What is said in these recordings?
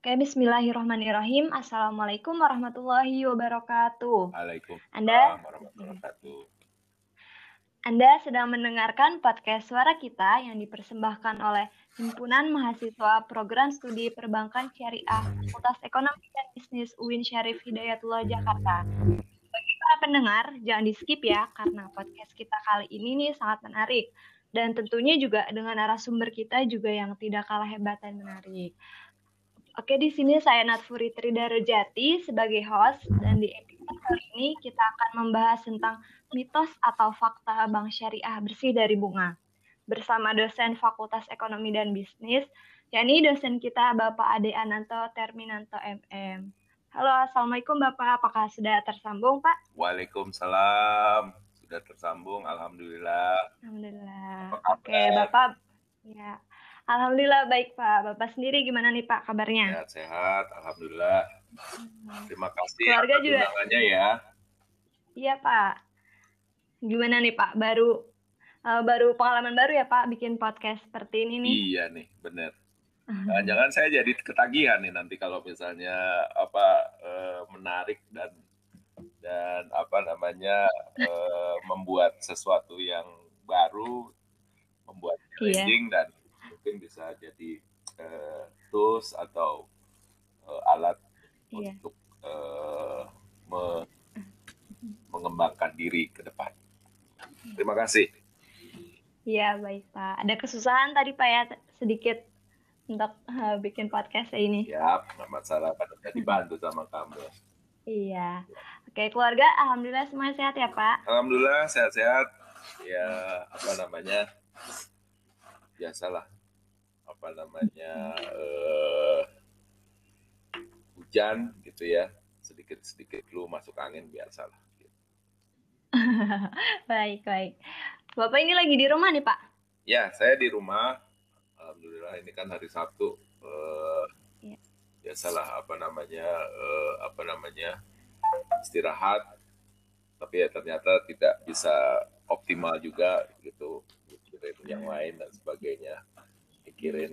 Oke, bismillahirrahmanirrahim. Assalamualaikum warahmatullahi wabarakatuh. Anda, Waalaikumsalam warahmatullahi wabarakatuh. Anda sedang mendengarkan podcast Suara Kita yang dipersembahkan oleh Himpunan Mahasiswa Program Studi Perbankan Syariah Fakultas Ekonomi dan Bisnis UIN Syarif Hidayatullah Jakarta. Bagi para pendengar, jangan di-skip ya, karena podcast kita kali ini nih sangat menarik. Dan tentunya juga dengan narasumber kita juga yang tidak kalah hebat dan menarik. Oke, di sini saya Natfuri Tridarojati sebagai host, dan di episode kali ini kita akan membahas tentang mitos atau fakta bank syariah bersih dari bunga. Bersama dosen Fakultas Ekonomi dan Bisnis, yakni dosen kita Bapak Ade Ananto Terminanto MM. Halo, Assalamualaikum Bapak, apakah sudah tersambung Pak? Waalaikumsalam. Sudah tersambung, alhamdulillah. Alhamdulillah. Apa Oke, kabar? Bapak. Ya, Alhamdulillah baik Pak. Bapak sendiri gimana nih Pak kabarnya? Sehat-sehat, alhamdulillah. Terima kasih Keluarga atas juga. undangannya ya. Iya Pak. Gimana nih Pak? Baru pengalaman baru ya Pak bikin podcast seperti ini nih. Iya nih, benar. Jangan saya jadi ketagihan nih nanti kalau misalnya menarik dan membuat sesuatu yang baru, membuat challenging dan mungkin bisa jadi tools atau alat untuk mengembangkan diri ke depan. Terima kasih. Iya, baik Pak. Ada kesusahan tadi Pak ya, sedikit untuk bikin podcast ini. Ya, nggak masalah. Kan udah dibantu sama kamu. Iya. Oke, keluarga alhamdulillah semuanya sehat ya Pak? Alhamdulillah sehat-sehat. Ya, biasalah. Hujan gitu ya. Sedikit-sedikit flu masuk angin biasalah. Baik. Bapak ini lagi di rumah nih Pak? Ya, saya di rumah. Alhamdulillah ini kan hari Sabtu. Biasalah istirahat. Tapi ya ternyata tidak bisa optimal juga gitu. Mikirin yang lain dan sebagainya. Mikirin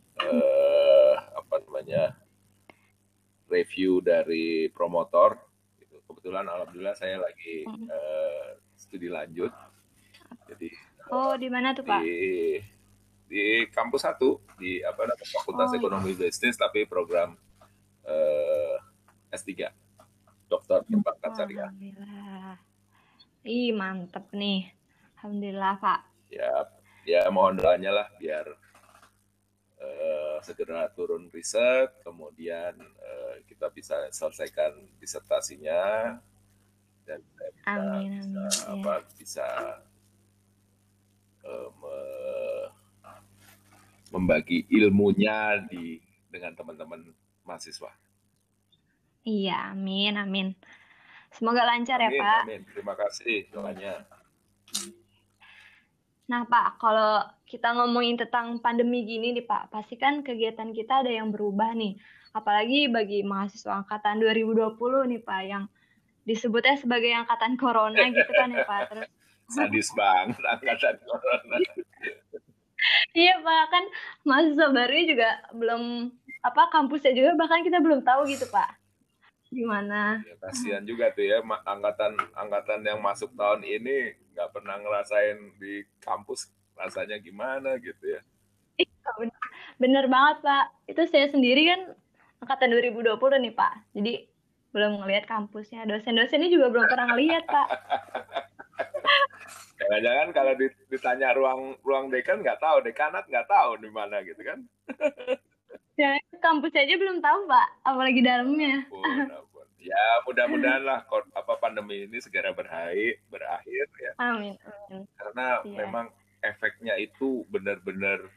review dari promotor. Kebetulan alhamdulillah saya lagi studi lanjut. Jadi di mana tuh Pak? Di kampus 1 di Fakultas Ekonomi Bisnis tapi program S3 Doktor Perbankan Syariah. Alhamdulillah. Mantep nih. Alhamdulillah Pak. Ya mohon doanya lah biar segera turun riset, kemudian kita bisa selesaikan disertasinya dan bisa membagi ilmunya dengan teman-teman mahasiswa. Iya, amin. Semoga lancar ya Pak. Amin, terima kasih doanya. Nah Pak, kalau kita ngomongin tentang pandemi gini nih Pak, pasti kan kegiatan kita ada yang berubah nih. Apalagi bagi mahasiswa angkatan 2020 nih Pak, yang disebutnya sebagai angkatan corona gitu kan ya Pak. Terus sadis banget angkatan corona. Iya Pak, kan mahasiswa barunya juga belum kampusnya juga bahkan kita belum tahu gitu Pak. Gimana? Ya, kasihan juga tuh ya angkatan yang masuk tahun ini nggak pernah ngerasain di kampus rasanya gimana gitu ya. Bener banget Pak. Itu saya sendiri kan angkatan 2020 nih Pak. Jadi belum ngelihat kampusnya. Dosen-dosennya juga belum pernah ngelihat Pak. Jangan-jangan kalau ditanya ruang dekan nggak tahu, dekanat nggak tahu di mana gitu kan. Ya, kampus aja belum tahu Pak, apalagi dalamnya. Ya mudah-mudahan lah pandemi ini segera berakhir ya. Amin. Karena memang efeknya itu benar-benar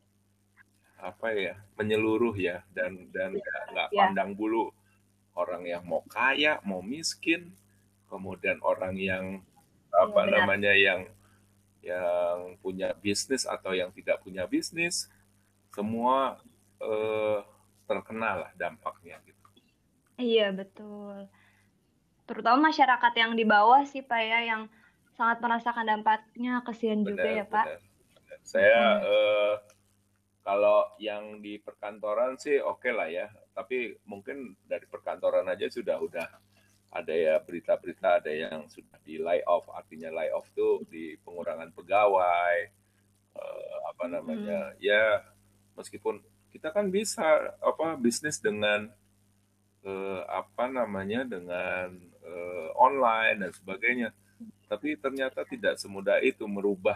menyeluruh ya dan nggak pandang bulu orang yang mau kaya mau miskin, kemudian orang yang yang punya bisnis atau yang tidak punya bisnis, semua terkena lah dampaknya gitu. Iya betul. Terutama masyarakat yang di bawah sih Pak ya, yang sangat merasakan dampaknya, kasihan juga ya Pak. Saya Kalau yang di perkantoran sih oke lah ya, tapi mungkin dari perkantoran aja udah ada ya berita-berita ada yang sudah di lay off, artinya lay off tuh di pengurangan pegawai, apa namanya ya, meskipun kita kan bisa apa bisnis dengan apa namanya dengan online dan sebagainya, tapi ternyata tidak semudah itu merubah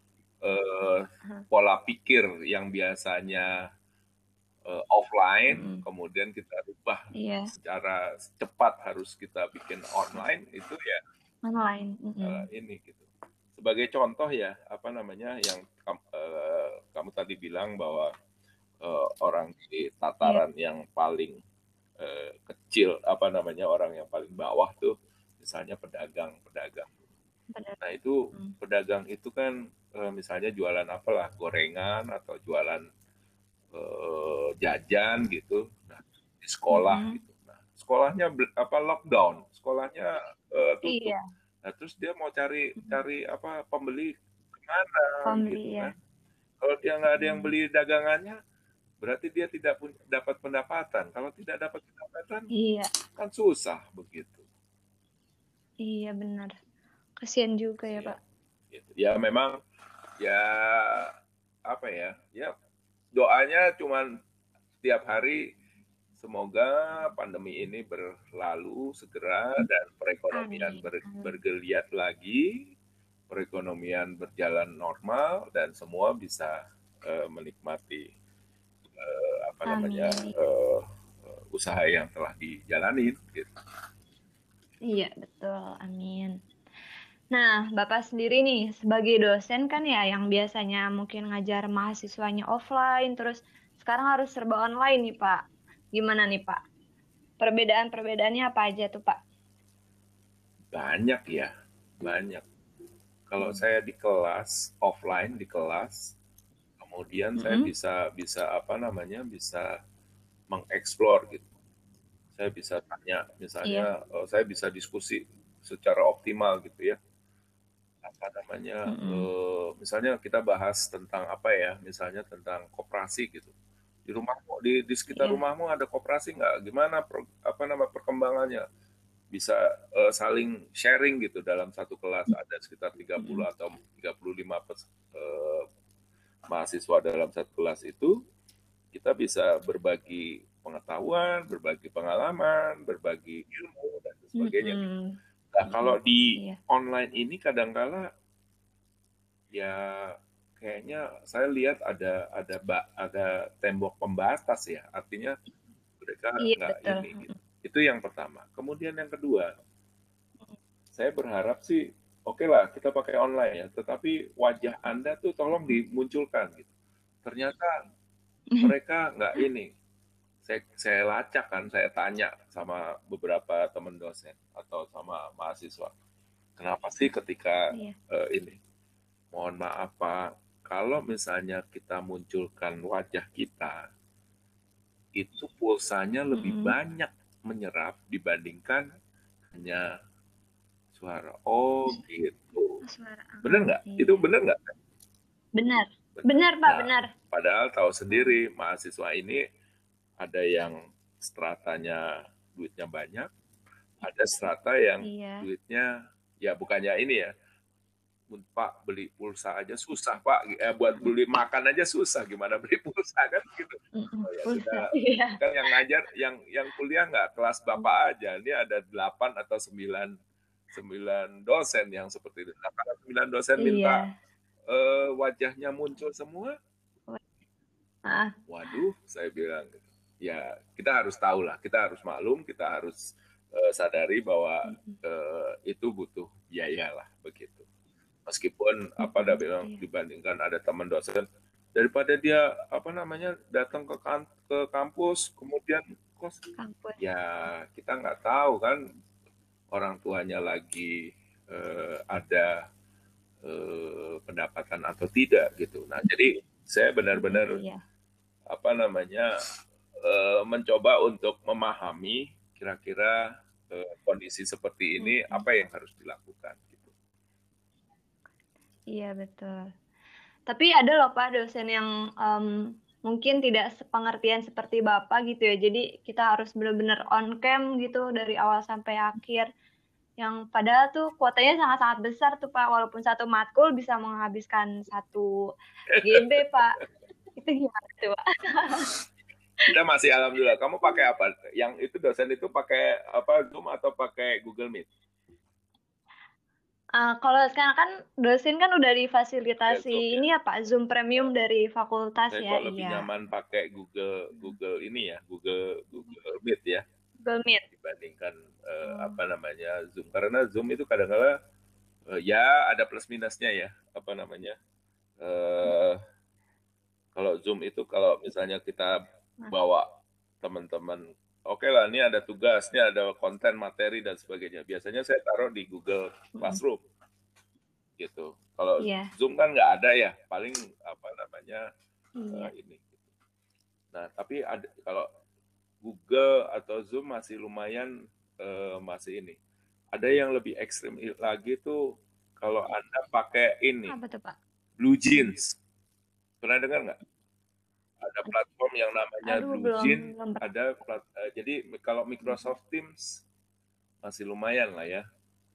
pola pikir yang biasanya offline, kemudian kita rubah secara cepat harus kita bikin online itu ya online. Ini gitu. Sebagai contoh ya apa namanya yang kamu tadi bilang bahwa orang di tataran yang paling kecil apa namanya orang yang paling bawah tuh misalnya pedagang. Nah itu pedagang itu kan misalnya jualan apalah gorengan atau jualan jajan gitu. Nah di sekolah gitu. Nah sekolahnya apa lockdown, sekolahnya tutup. Iya. Nah terus dia mau cari apa pembeli kemana gitu Ya. kan? Kalau dia nggak ada yang beli dagangannya, berarti dia tidak dapat pendapatan. Kalau tidak dapat pendapatan, kan susah begitu. Iya benar. Kasihan juga ya Pak. Gitu. Ya memang ya apa ya, ya doanya cuman setiap hari semoga pandemi ini berlalu segera dan perekonomian bergeliat lagi, perekonomian berjalan normal dan semua bisa menikmati apa namanya usaha yang telah dijalanin gitu. Iya betul, amin. Nah, Bapak sendiri nih sebagai dosen kan ya yang biasanya mungkin ngajar mahasiswanya offline, terus sekarang harus serba online nih Pak. Gimana nih Pak? Perbedaan-perbedaannya apa aja tuh Pak? Banyak ya, banyak. Kalau saya di kelas offline di kelas, kemudian saya bisa apa namanya bisa mengeksplor gitu. Saya bisa tanya misalnya, saya bisa diskusi secara optimal gitu ya. Apa namanya, misalnya kita bahas tentang apa ya, misalnya tentang koperasi gitu. Di rumahmu, di sekitar rumahmu ada koperasi nggak? Gimana apa nama perkembangannya? Bisa saling sharing gitu dalam satu kelas ada sekitar 30 atau 35 mahasiswa dalam satu kelas itu kita bisa berbagi pengetahuan, berbagi pengalaman, berbagi ilmu dan sebagainya. Nah kalau di online ini kadang-kala ya kayaknya saya lihat ada tembok pembatas ya, artinya mereka nggak ini gitu. Itu yang pertama. Kemudian yang kedua, saya berharap sih oke lah kita pakai online ya, tetapi wajah Anda tuh tolong dimunculkan gitu. Ternyata mereka nggak ini. Saya lacak kan, saya tanya sama beberapa teman dosen atau sama mahasiswa. Kenapa sih ketika ini? Mohon maaf Pak, kalau misalnya kita munculkan wajah kita, itu pulsanya lebih banyak menyerap dibandingkan hanya suara. Oh gitu. Benar nggak? Itu benar nggak? Benar Pak, benar. Padahal tahu sendiri mahasiswa ini ada yang stratanya duitnya banyak, ada strata yang duitnya ya bukannya ini ya, Pak beli pulsa aja susah Pak, buat beli makan aja susah, gimana beli pulsa kan gitu. Oh ya sudah, kan yang ngajar, yang kuliah nggak kelas Bapak aja, ini ada 8 atau 9 dosen yang seperti itu. Nah, kalau 9 dosen minta wajahnya muncul semua, waduh, saya bilang, ya kita harus tahu lah, kita harus maklum, kita harus sadari bahwa itu butuh biaya lah begitu. Meskipun apa dah bilang dibandingkan ada teman dosen daripada dia apa namanya datang ke kampus kemudian kos ya kita nggak tahu kan orang tuanya lagi ada pendapatan atau tidak gitu. Nah jadi saya benar-benar apa namanya mencoba untuk memahami kira-kira kondisi seperti ini apa yang harus dilakukan. Iya betul. Tapi ada loh Pak dosen yang mungkin tidak sepengertian seperti Bapak gitu ya. Jadi kita harus benar-benar on cam gitu dari awal sampai akhir. Yang padahal tuh kuotanya sangat-sangat besar tuh Pak. Walaupun satu matkul bisa menghabiskan 1 GB Pak. Itu gimana tuh Pak? Kita masih alhamdulillah. Kamu pakai apa? Yang itu dosen itu pakai apa, Zoom atau pakai Google Meet? Kalau sekarang kan dosen kan udah difasilitasi Zoom, ya? ini ya Pak, Zoom Premium dari fakultas Saya ya, kok lebih iya. nyaman pakai Google ini ya, Google Meet ya, Google Meet. dibandingkan apa namanya Zoom. Karena Zoom itu kadang-kadang ya ada plus minusnya ya, apa namanya. Kalau Zoom itu kalau misalnya kita bawa teman-teman, oke lah, ini ada tugas, ini ada konten, materi dan sebagainya. Biasanya saya taruh di Google Classroom, gitu. Kalau Zoom kan nggak ada ya, paling apa namanya ini. Nah, tapi ada, kalau Google atau Zoom masih lumayan masih ini. Ada yang lebih ekstrim lagi tuh kalau Anda pakai ini, Apa tuh Pak? Blue Jeans. Pernah dengar nggak? Ada platform yang namanya Blue Jeans. Ada jadi kalau Microsoft Teams masih lumayan lah ya.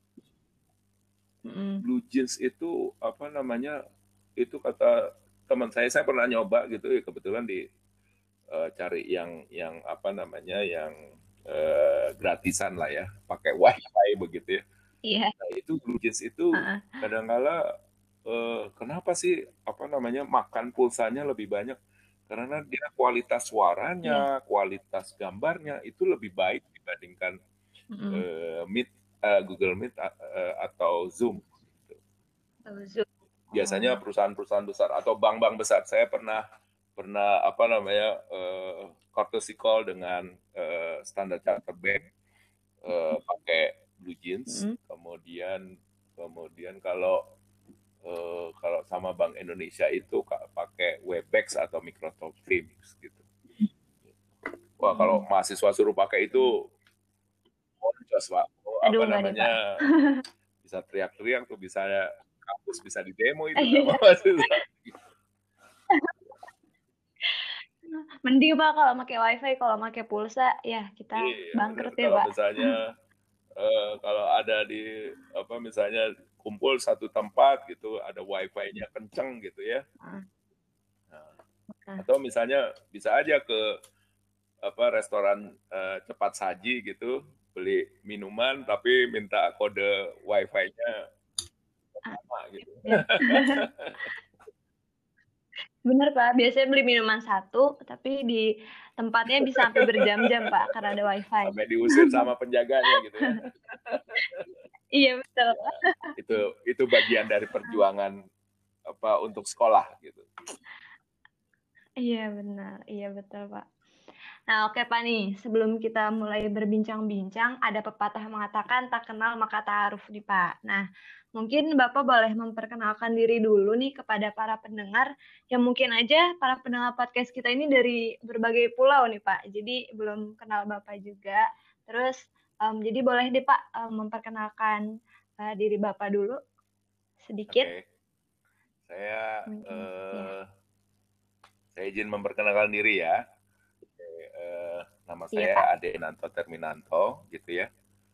Blue Jeans itu apa namanya? Itu kata teman saya pernah nyoba gitu ya, kebetulan di cari yang apa namanya yang gratisan lah ya, pakai wifi begitu ya. Iya. Nah itu Blue Jeans itu kadang-kala kenapa sih apa namanya makan pulsanya lebih banyak? Karena dia kualitas suaranya, kualitas gambarnya itu lebih baik dibandingkan Google Meet atau Zoom. Biasanya perusahaan-perusahaan besar atau bank-bank besar. Saya pernah apa namanya courtesy call dengan Standard Chartered Bank pakai Blue Jeans. Kemudian kalau sama Bank Indonesia itu pakai Webex atau Microsoft Teams gitu. Wah, kalau mahasiswa suruh pakai itu boncos Pak. Apa namanya? Bisa teriak-teriak tuh, bisa kampus bisa di demo itu sama mahasiswa. Mending Pak kalau pakai wifi, kalau pakai pulsa ya kita bangkrut ya Pak. Misalnya kalau ada di apa misalnya kumpul satu tempat gitu, ada wifi-nya kenceng gitu ya. Nah, atau misalnya bisa aja ke apa restoran cepat saji gitu, beli minuman tapi minta kode wifi-nya sama gitu. Bener Pak, biasanya beli minuman satu, tapi di tempatnya bisa sampai berjam-jam Pak, karena ada wifi. Sampai diusir sama penjaganya gitu ya. Iya betul. Ya, itu bagian dari perjuangan apa untuk sekolah gitu. Iya benar, iya betul Pak. Nah oke Pak nih, sebelum kita mulai berbincang-bincang, ada pepatah mengatakan tak kenal maka ta'aruf nih Pak. Nah mungkin Bapak boleh memperkenalkan diri dulu nih kepada para pendengar, yang mungkin aja para pendengar podcast kita ini dari berbagai pulau nih Pak, jadi belum kenal Bapak juga. Terus jadi boleh deh Pak memperkenalkan diri Bapak dulu sedikit. Oke. Saya izin memperkenalkan diri ya. Nama saya Ade Nanto Terminanto gitu ya.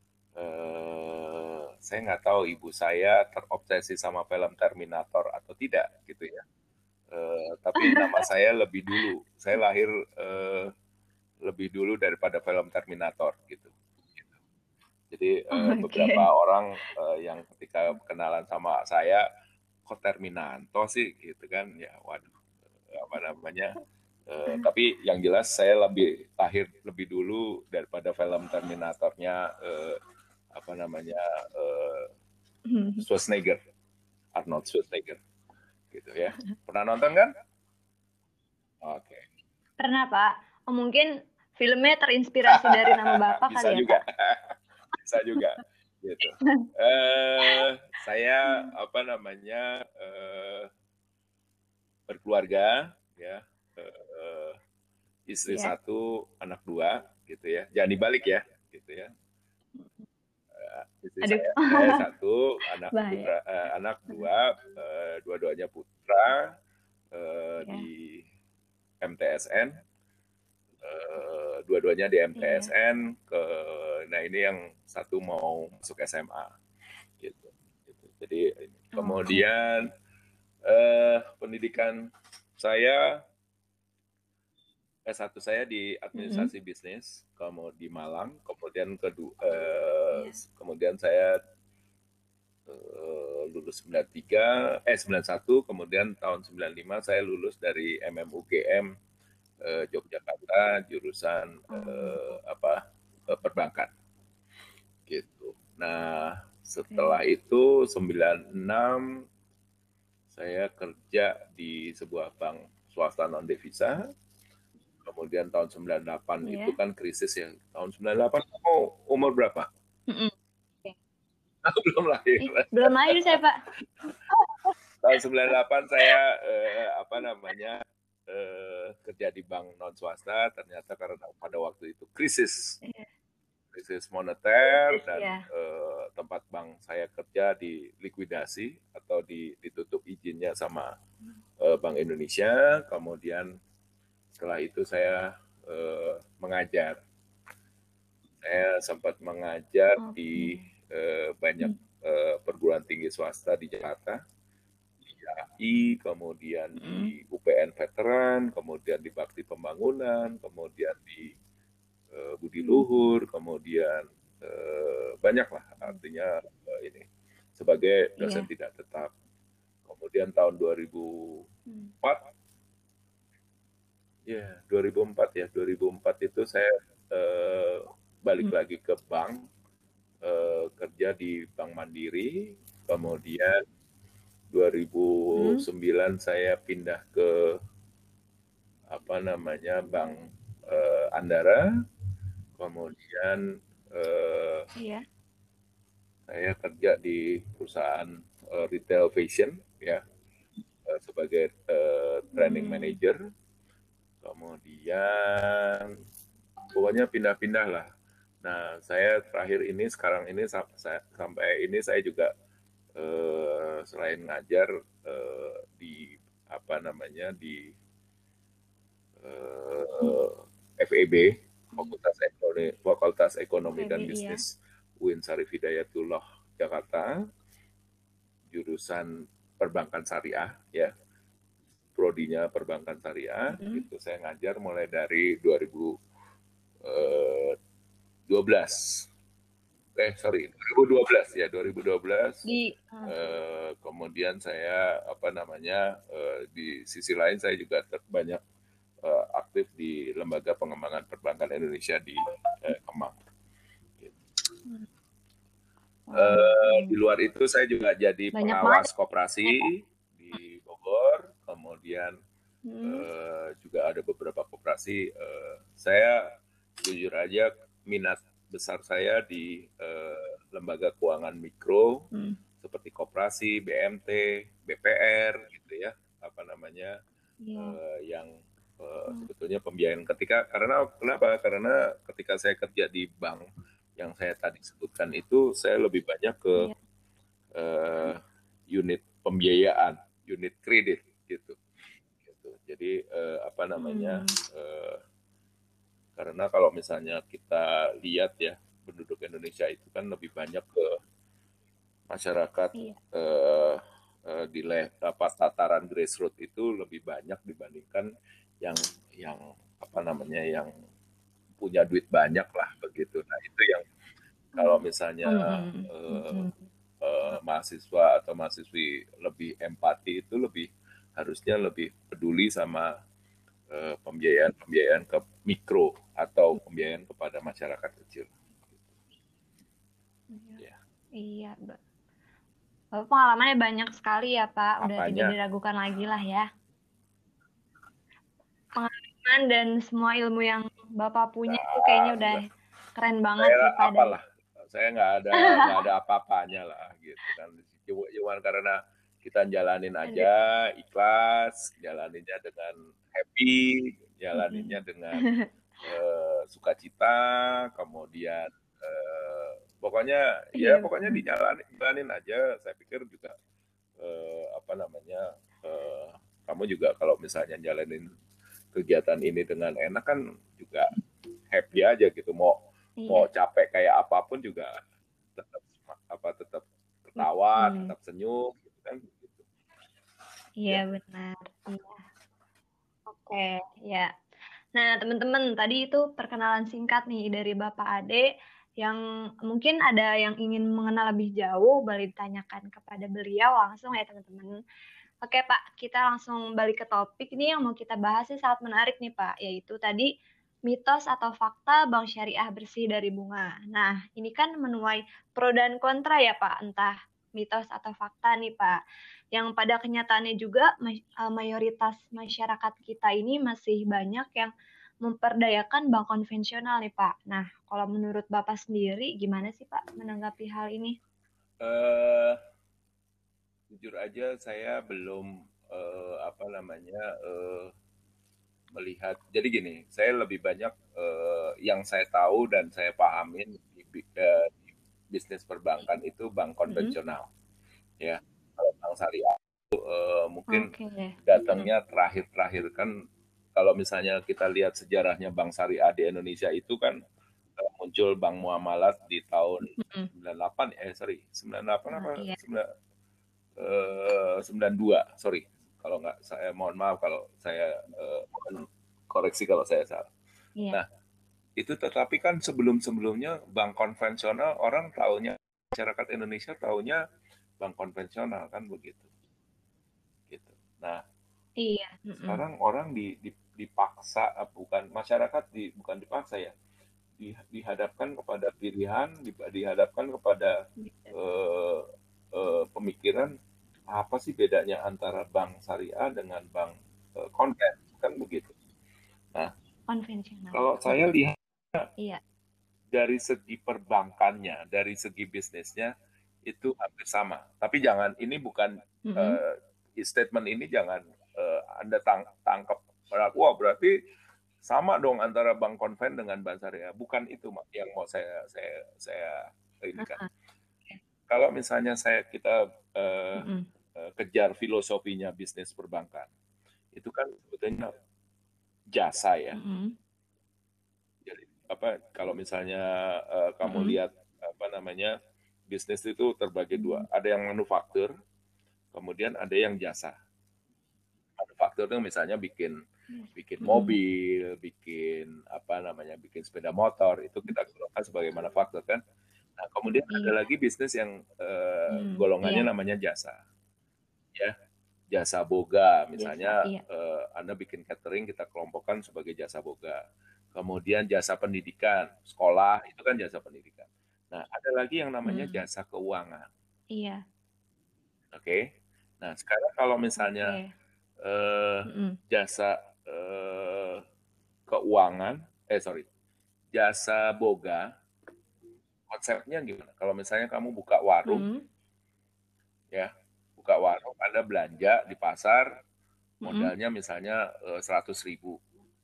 Saya nggak tahu ibu saya terobsesi sama film Terminator atau tidak gitu ya. Tapi nama saya lebih dulu. Saya lahir lebih dulu daripada film Terminator gitu. Jadi beberapa orang yang ketika kenalan sama saya, kok Terminanto sih gitu kan? Ya waduh, apa namanya? Tapi yang jelas saya lahir lebih dulu daripada film Terminatornya apa namanya Schwarzenegger, Arnold Schwarzenegger, gitu ya. Pernah nonton kan? Oke. Pernah Pak. Oh, mungkin filmnya terinspirasi dari nama Bapak bisa kali ya juga. Pak? Bisa juga. Gitu. Saya apa namanya berkeluarga ya. Istri 1, anak 2 gitu ya. Jangan dibalik ya, gitu ya. Istri saya 1, anak 2, dua-duanya putra di MTSN, dua-duanya di MTSN. Nah ini yang satu mau masuk SMA, gitu. Jadi kemudian pendidikan saya S1 saya di administrasi bisnis, kemudian di Malang, kemudian kemudian saya lulus 91, kemudian tahun 95 saya lulus dari MMUGM Yogyakarta, jurusan perbankan, gitu. Nah setelah itu 96 saya kerja di sebuah bank swasta non devisa. Kemudian tahun 98 itu kan krisis ya. Tahun 98 kamu umur berapa? Aku belum lahir. Belum lahir saya, Pak. Tahun 98 saya kerja di bank non swasta, ternyata karena pada waktu itu krisis moneter dan tempat bank saya kerja dilikuidasi atau ditutup izinnya sama Bank Indonesia. Kemudian setelah itu saya mengajar. Saya sempat mengajar di banyak perguruan tinggi swasta di Jakarta, di AI, kemudian di UPN Veteran, kemudian di Bakti Pembangunan, kemudian di Budi Luhur, kemudian banyak lah, artinya ini sebagai dosen tidak tetap. Kemudian tahun 2004 itu saya balik lagi ke bank, kerja di Bank Mandiri. Kemudian 2009 saya pindah ke Bank Andara. Kemudian saya kerja di perusahaan retail fashion ya, sebagai training manager. Kemudian pokoknya pindah-pindah lah. Nah, saya sekarang ini sampai ini saya juga selain ngajar di FEB, Fakultas Ekonomi dan Bisnis UIN Syarif Hidayatullah Jakarta, jurusan perbankan syariah ya. Prodinya perbankan syariah, itu saya ngajar mulai dari 2012 ya 2012. Kemudian saya di sisi lain saya juga banyak aktif di Lembaga Pengembangan Perbankan Indonesia di Kemang. Di luar itu saya juga jadi pengawas koperasi di Bogor. Kemudian juga ada beberapa koperasi. Saya jujur aja minat besar saya di lembaga keuangan mikro seperti koperasi, BMT, BPR gitu ya, yang sebetulnya pembiayaan kenapa? Karena ketika saya kerja di bank yang saya tadi sebutkan itu, saya lebih banyak ke unit pembiayaan, unit kredit gitu. Jadi karena kalau misalnya kita lihat ya, penduduk Indonesia itu kan lebih banyak ke masyarakat di tataran grassroots itu lebih banyak dibandingkan yang punya duit banyak lah begitu. Nah itu yang kalau misalnya mahasiswa atau mahasiswi lebih empati itu harusnya lebih peduli sama pembiayaan ke mikro atau pembiayaan kepada masyarakat kecil. Iya, pengalamannya banyak sekali ya Pak, udah tidak diragukan lagi lah ya. Pengalaman dan semua ilmu yang Bapak punya itu kayaknya udah keren banget sih Pak. Saya nggak ada apa-apanya lah gitu kan. Cuman karena kita jalanin aja, ikhlas, jalaninnya dengan happy, jalaninnya dengan sukacita, kemudian pokoknya dijalanin aja. Saya pikir juga kamu juga kalau misalnya jalanin kegiatan ini dengan enak kan juga happy aja gitu. Mau capek kayak apapun juga tetap tetap ketawa, tetap senyum gitu kan. Iya, benar. Iya. Oke, ya. Nah, teman-teman, tadi itu perkenalan singkat nih dari Bapak Ade yang mungkin ada yang ingin mengenal lebih jauh, boleh ditanyakan kepada beliau langsung ya, teman-teman. Oke, Pak, kita langsung balik ke topik ini yang mau kita bahas sih sangat menarik nih, Pak, yaitu tadi mitos atau fakta bank syariah bersih dari bunga. Nah, ini kan menuai pro dan kontra ya, Pak, entah mitos atau fakta nih, Pak. Yang pada kenyataannya juga mayoritas masyarakat kita ini masih banyak yang memperdayakan bank konvensional nih, Pak. Nah, kalau menurut Bapak sendiri gimana sih, Pak, menanggapi hal ini? Jujur aja saya belum melihat. Jadi gini, saya lebih banyak yang saya tahu dan saya pahamin di bisnis perbankan itu bank konvensional, ya. Kalau bank syariah itu mungkin datangnya terakhir kan. Kalau misalnya kita lihat sejarahnya bank syariah di Indonesia itu kan muncul Bank Muamalat di tahun 98 98 apa 92, sorry kalau nggak, saya mohon maaf kalau saya koreksi kalau saya salah. Nah, itu tetapi kan sebelumnya bank konvensional orang taunya, masyarakat Indonesia taunya bank konvensional kan begitu. Gitu. Nah, sekarang orang dipaksa, bukan masyarakat bukan dipaksa ya, dihadapkan kepada pilihan, dihadapkan kepada pemikiran apa sih bedanya antara bank syariah dengan bank konven, kan begitu. Nah, kalau saya lihat dari segi perbankannya, dari segi bisnisnya itu hampir sama. Tapi jangan, ini bukan statement ini jangan Anda tangkap wah berarti sama dong antara bank konven dengan bank syariah. Bukan itu yang mau saya ini kan. Kalau misalnya kita kejar filosofinya bisnis perbankan, itu kan sebetulnya jasa ya. Jadi kalau misalnya kamu lihat bisnis itu terbagi dua. Ada yang manufaktur, kemudian ada yang jasa. Manufaktur itu misalnya bikin mobil, bikin bikin sepeda motor, itu kita golongkan sebagai manufaktur kan. Nah, kemudian ada lagi bisnis yang golongannya namanya jasa. Ya, jasa boga, misalnya Anda bikin catering, kita kelompokkan sebagai jasa boga. Kemudian jasa pendidikan, sekolah, itu kan jasa pendidikan. Nah, ada lagi yang namanya jasa keuangan. Iya. Oke. Nah, sekarang kalau misalnya jasa keuangan, jasa boga, konsepnya gimana? Kalau misalnya kamu buka warung, ya, buka warung, Anda belanja di pasar, modalnya misalnya 100.000.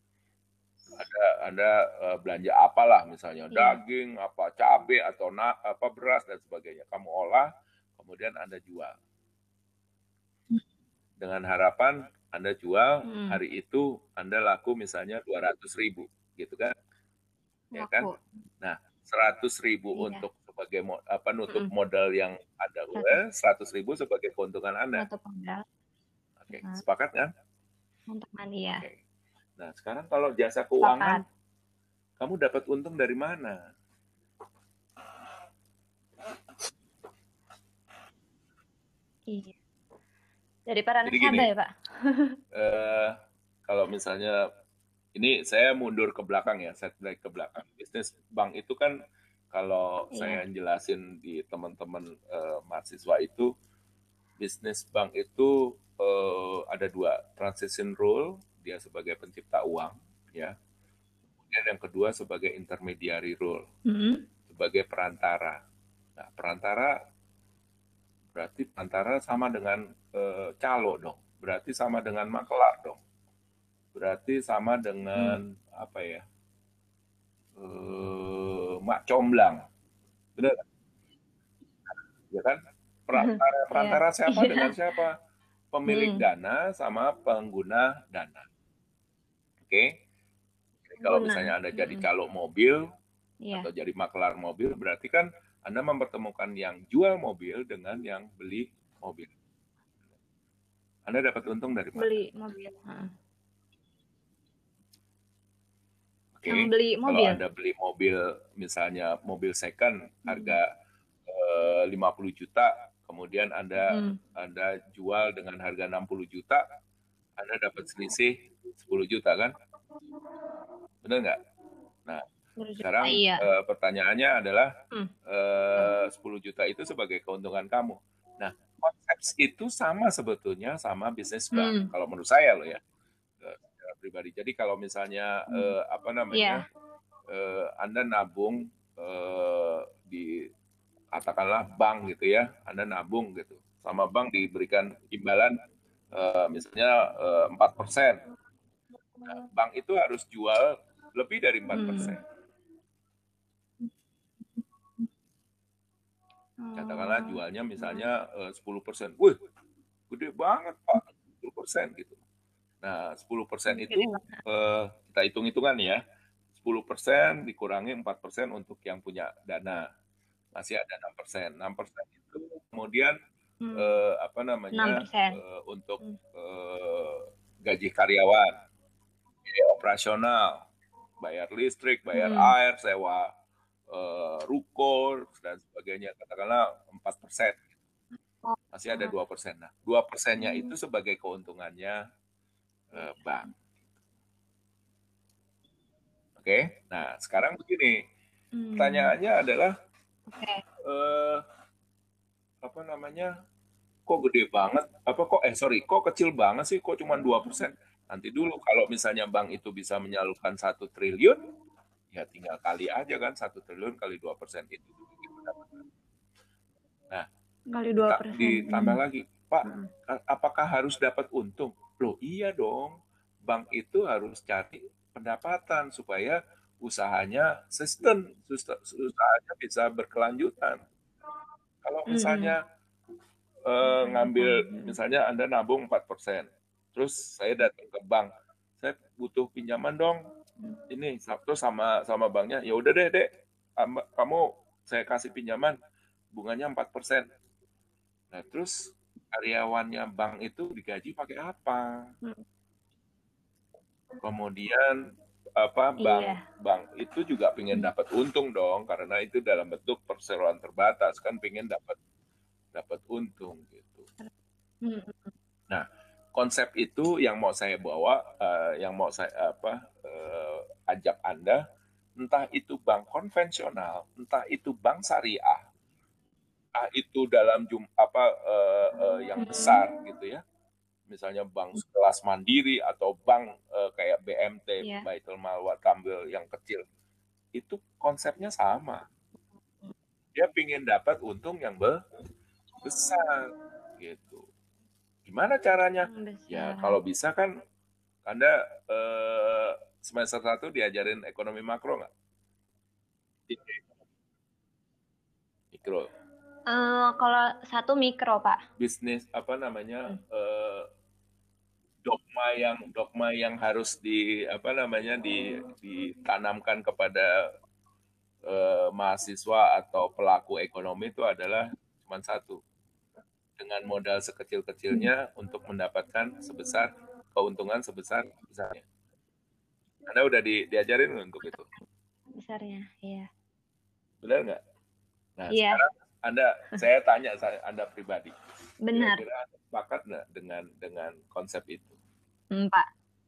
Anda belanja apalah, misalnya daging, cabai atau beras dan sebagainya. Kamu olah, kemudian Anda jual. Dengan harapan Anda jual, hari itu Anda laku misalnya 200.000, gitu kan? Ya kan? Nah, 100.000 untuk sebagai nutup modal yang Anda, 100.000 sebagai keuntungan Anda. Oke, sepakat kan? Iya. Okay. Nah, sekarang kalau jasa keuangan, kamu dapat untung dari mana? Iya. Dari para nasabah ya, Pak? Kalau misalnya, ini saya mundur ke belakang ya, setback ke belakang. Bisnis bank itu kan, kalau saya jelasin di teman-teman mahasiswa itu, bisnis bank itu ada dua, transition rule, dia sebagai pencipta uang, ya. Kemudian yang kedua sebagai intermediary rule, sebagai perantara. Nah, perantara berarti perantara sama dengan calo dong, berarti sama dengan makelar dong, berarti sama dengan mak comblang, benar? Ya kan? Perantara siapa dengan siapa? Pemilik dana sama pengguna dana. Oke. Jadi kalau misalnya Anda jadi calo mobil atau jadi maklar mobil, berarti kan Anda mempertemukan yang jual mobil dengan yang beli mobil. Anda dapat untung dari mana? Beli mobil. Oke, Yang beli mobil. kalau Anda beli mobil, misalnya mobil second harga 50 juta, kemudian Anda jual dengan harga 60 juta, Anda dapat selisih 10 juta kan? Benar nggak? Nah, sekarang pertanyaannya adalah 10 juta itu sebagai keuntungan kamu. Nah, konsep itu sama sebetulnya sama bisnis bank. Kalau menurut saya loh ya, secara pribadi. Jadi kalau misalnya Anda nabung di katakanlah bank gitu ya, Anda nabung gitu, sama bank diberikan imbalan misalnya 4%. Bank itu harus jual lebih dari 4%. Katakanlah jualnya misalnya 10%. Wih, gede banget Pak, 10% gitu. Nah, 10% itu kita hitung-hitungan ya. 10% dikurangi 4% untuk yang punya dana. Masih ada 6%. 6% itu kemudian untuk gaji karyawan, biaya operasional, bayar listrik, bayar air, sewa ruko dan sebagainya, katakanlah 4%. Masih ada 2%. Nah, 2%-nya itu sebagai keuntungannya bank. Oke, nah sekarang begini, pertanyaannya adalah kok gede banget, kok kecil banget sih, kok cuma 2%? Nanti dulu, kalau misalnya bank itu bisa menyalurkan 1 triliun, ya tinggal kali aja kan, 1 triliun kali 2% itu. Nah, ditambah lagi, Pak, apakah harus dapat untung? Loh iya dong, bank itu harus cari pendapatan supaya usahanya usahanya bisa berkelanjutan. Kalau misalnya ngambil, misalnya Anda nabung 4%, terus saya datang ke bank, saya butuh pinjaman dong, ini terus sama banknya, ya udah deh, kamu saya kasih pinjaman, bunganya 4%. Nah terus karyawannya bank itu digaji pakai apa? Kemudian bank itu juga pengen dapat untung dong, karena itu dalam bentuk perseroan terbatas kan, pengen dapat untung gitu. Nah, konsep itu yang mau saya bawa, yang mau saya ajak Anda, entah itu bank konvensional, entah itu bank syariah, entah itu dalam yang besar gitu ya, misalnya bank kelas Mandiri atau bank kayak BMT, Baitul Mal wa Tamwil yang kecil, itu konsepnya sama. Dia ingin dapat untung yang besar gitu. Gimana caranya? Ya kalau bisa kan Anda semester 1 diajarin ekonomi makro nggak? Mikro. Kalau 1 mikro, Pak. Bisnis dogma yang harus ditanamkan kepada mahasiswa atau pelaku ekonomi itu adalah cuma satu. Dengan modal sekecil-kecilnya untuk mendapatkan keuntungan sebesar-besarnya. Anda udah diajarin untuk itu? Besarnya, iya. Benar nggak? Nah, sekarang saya tanya Anda pribadi. Benar. Kira-kira Anda sepakat nggak dengan konsep itu? Pak.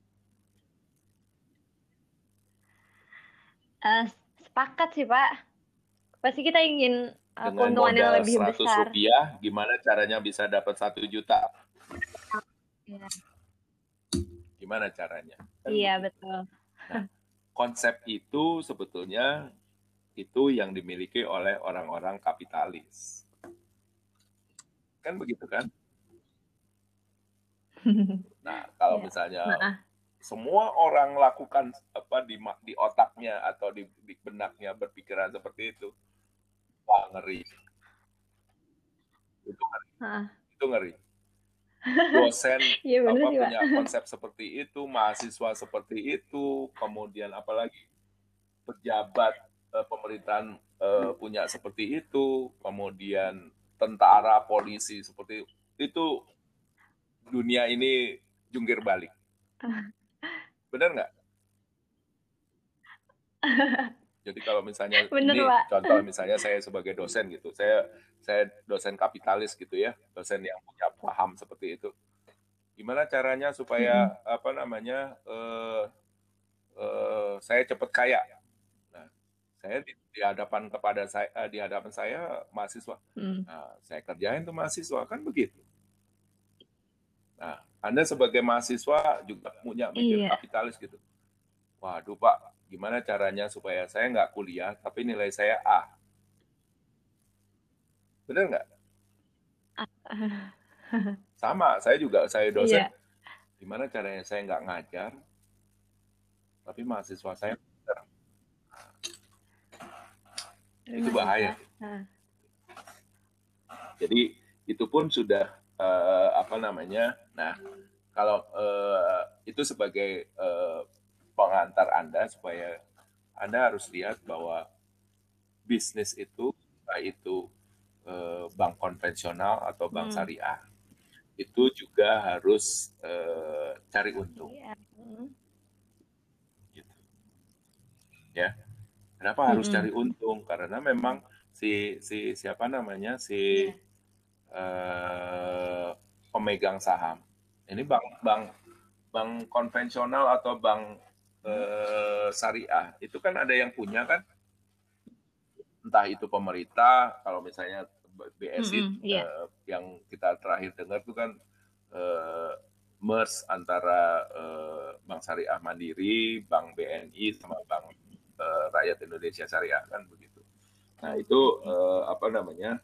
Sepakat sih, Pak. Pasti kita ingin keuntungan yang lebih besar. Rupiah, gimana caranya bisa dapat 1 juta? Gimana caranya? Iya, betul. Nah, konsep itu sebetulnya itu yang dimiliki oleh orang-orang kapitalis. Kan begitu kan? Nah, kalau misalnya semua orang lakukan di otaknya atau di benaknya berpikiran seperti itu, wah ngeri. Itu ngeri. dosen Iya bener sih, Pak. punya konsep seperti itu, mahasiswa seperti itu, kemudian apalagi pejabat pemerintahan punya seperti itu, kemudian tentara, polisi seperti itu, dunia ini jungkir balik. Benar nggak? Jadi kalau misalnya Bener, ini Pak. contoh misalnya saya sebagai dosen gitu, saya dosen kapitalis gitu ya, dosen yang punya paham seperti itu. Gimana caranya supaya apa namanya saya cepat kaya? Nah, saya di hadapan kepada saya di hadapan saya mahasiswa. Nah, saya kerjain tuh mahasiswa kan begitu. Nah, Anda sebagai mahasiswa juga punya mikir Iya. kapitalis gitu. Waduh Pak, gimana caranya supaya saya nggak kuliah tapi nilai saya A? Benar nggak? Sama, saya dosen. Iya. Gimana caranya saya nggak ngajar, tapi mahasiswa saya pintar? Itu bahaya. Jadi itu pun sudah apa namanya. Nah, kalau itu sebagai pengantar Anda supaya Anda harus lihat bahwa bisnis itu, baik itu bank konvensional atau bank syariah, itu juga harus cari untung. Gitu. Ya, kenapa harus cari untung? Karena memang si siapa namanya pemegang saham ini bank konvensional atau bank syariah itu kan ada yang punya kan, entah itu pemerintah, kalau misalnya BSI yang kita terakhir dengar itu kan merge antara Bank Syariah Mandiri, Bank BNI sama Bank Rakyat Indonesia Syariah kan begitu. Nah itu apa namanya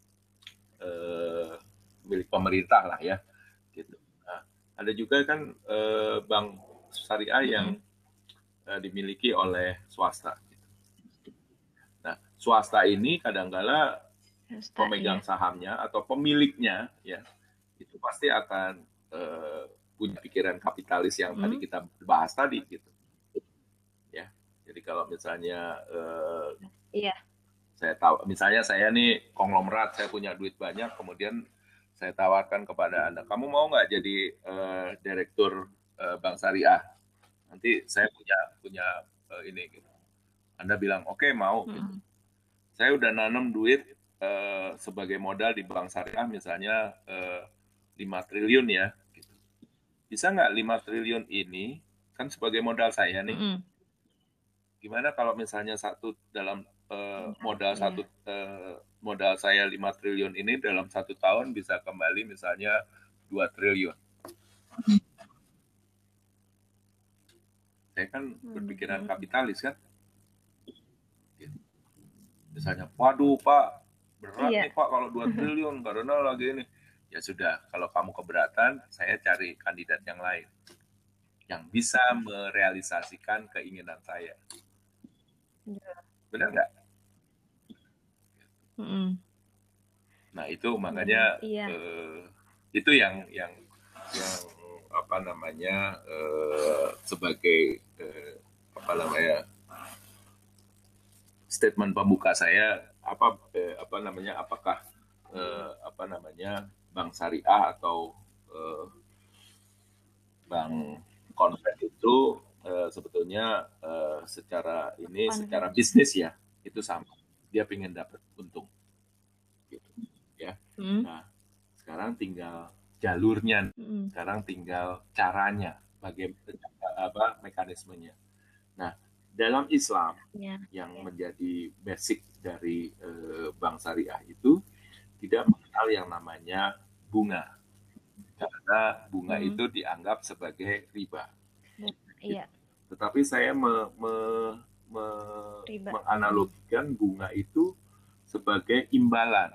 milik pemerintah lah ya. Gitu. Nah, ada juga kan bank syariah yang dimiliki oleh swasta. Nah, swasta ini kadang-kala pemegang sahamnya atau pemiliknya ya itu pasti akan punya pikiran kapitalis yang tadi kita bahas tadi gitu. Ya, jadi kalau misalnya saya tahu, misalnya saya nih konglomerat, saya punya duit banyak, kemudian saya tawarkan kepada Anda, kamu mau nggak jadi direktur bank syariah? Nanti saya punya ini gitu. Anda bilang oke, mau gitu. Saya udah nanam duit sebagai modal di bank syariah misalnya 5 triliun ya. Gitu. Bisa nggak 5 triliun ini kan sebagai modal saya nih? Gimana kalau misalnya dalam modal saya 5 triliun ini dalam 1 tahun bisa kembali misalnya 2 triliun. Saya kan berpikiran kapitalis kan. Misalnya, waduh Pak, berat nih Pak kalau 2 triliun karena lagi ini. Ya sudah, kalau kamu keberatan, saya cari kandidat yang lain yang bisa merealisasikan keinginan saya. Benar nggak? Nah itu makanya itu yang apa namanya sebagai apa namanya statement pembuka saya apa namanya apakah apa namanya bank syariah atau bank konven itu sebetulnya secara bisnis ya itu sama, dia pengen dapat untung gitu ya. Nah sekarang tinggal jalurnya, sekarang tinggal caranya, bagaimana mekanismenya. Nah dalam Islam yang menjadi basic dari bank syariah itu tidak mengenal yang namanya bunga, karena bunga itu dianggap sebagai riba. Gitu. Tetapi saya menganalogikan bunga itu sebagai imbalan.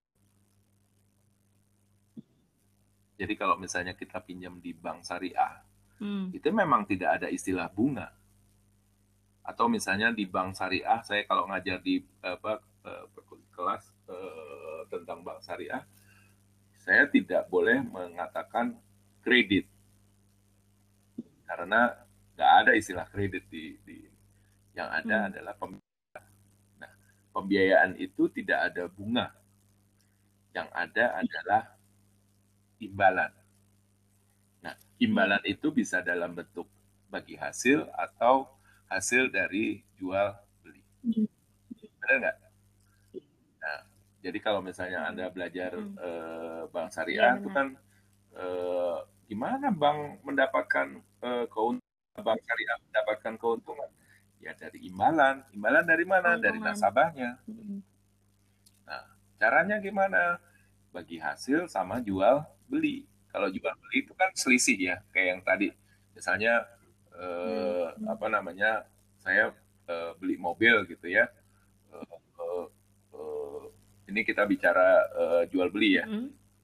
Jadi kalau misalnya kita pinjam di bank syariah, itu memang tidak ada istilah bunga. Atau misalnya di bank syariah, saya kalau ngajar di kelas tentang bank syariah, saya tidak boleh mengatakan kredit karena nggak ada istilah kredit di yang ada adalah pembiayaan. Nah, pembiayaan itu tidak ada bunga, yang ada adalah imbalan. Nah, imbalan itu bisa dalam bentuk bagi hasil atau hasil dari jual beli. Benar nggak? Nah, jadi kalau misalnya Anda belajar bank syariah itu kan gimana bank mendapatkan keuntungan, bank syariah mendapatkan keuntungan? Ya dari imbalan. Imbalan dari mana? Dari nasabahnya. Nah, caranya gimana? Bagi hasil sama jual beli. Kalau jual beli itu kan selisih ya, kayak yang tadi. Misalnya apa namanya? Saya beli mobil gitu ya. Ini kita bicara jual beli ya.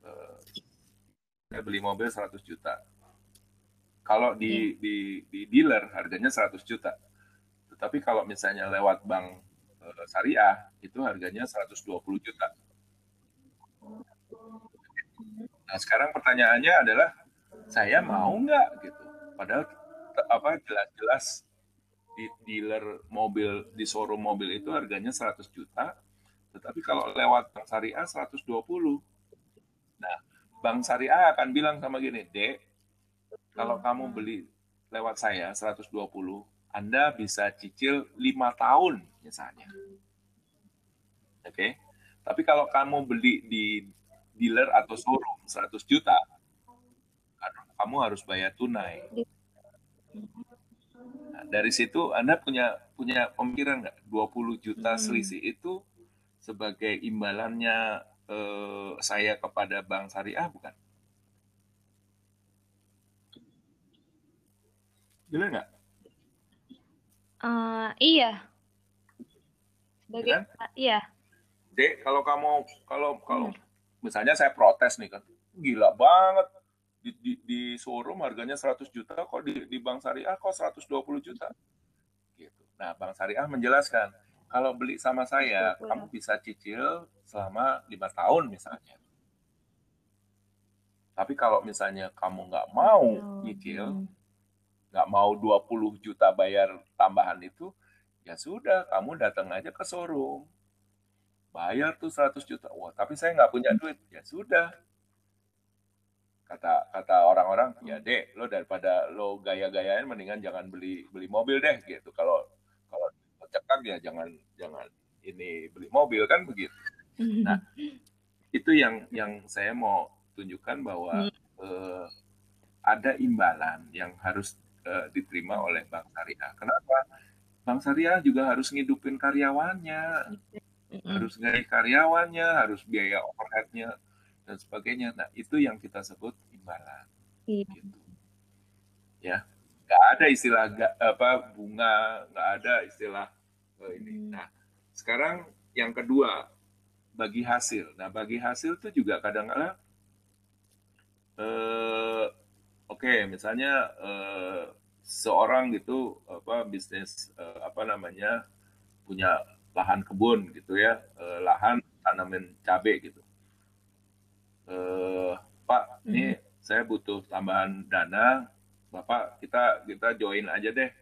Saya beli mobil 100 juta. Kalau di dealer harganya 100 juta. Tetapi kalau misalnya lewat bank syariah itu harganya 120 juta. Nah, sekarang pertanyaannya adalah saya mau nggak gitu. Padahal jelas-jelas di dealer mobil, di showroom mobil itu harganya 100 juta, tetapi kalau lewat bank syariah 120. Nah, bank syariah akan bilang sama gini, Dek, kalau kamu beli lewat saya 120, Anda bisa cicil 5 tahun misalnya. Oke. Okay? Tapi kalau kamu beli di dealer atau showroom 100 juta, kamu harus bayar tunai. Nah, dari situ Anda punya pemikiran nggak? 20 juta selisih itu sebagai imbalannya saya kepada bank syariah bukan? Benar nggak? Iya. Kan? Iya. Dek, kalau misalnya saya protes nih kan, gila banget di showroom harganya 100 juta, kok di bank syariah kok 120 juta? Gitu. Nah, bank syariah menjelaskan, kalau beli sama saya, kamu bisa cicil selama 5 tahun misalnya. Tapi kalau misalnya kamu nggak mau nyicil, nggak mau 20 juta bayar tambahan itu, ya sudah, kamu datang aja ke showroom. Bayar tuh 100 juta. Wah, tapi saya nggak punya duit. Ya sudah. Kata orang-orang, ya Dek, lo daripada lo gaya-gayain mendingan jangan beli mobil deh gitu. Kalau cekak ya jangan ini beli mobil kan begitu. Nah, itu yang saya mau tunjukkan bahwa ada imbalan yang harus diterima oleh bank syariah. Kenapa? Bank syariah juga harus ngidupin karyawannya, harus gaji karyawannya, harus biaya overhead-nya dan sebagainya. Nah, itu yang kita sebut imbalan. Gitu. Ya, nggak ada istilah bunga, nggak ada istilah ini. Nah, sekarang yang kedua, bagi hasil. Nah, bagi hasil itu juga kadang-kadang oke, misalnya seorang gitu bisnis punya lahan kebun gitu ya, lahan tanamin cabai gitu. Pak, ini saya butuh tambahan dana, Bapak kita join aja deh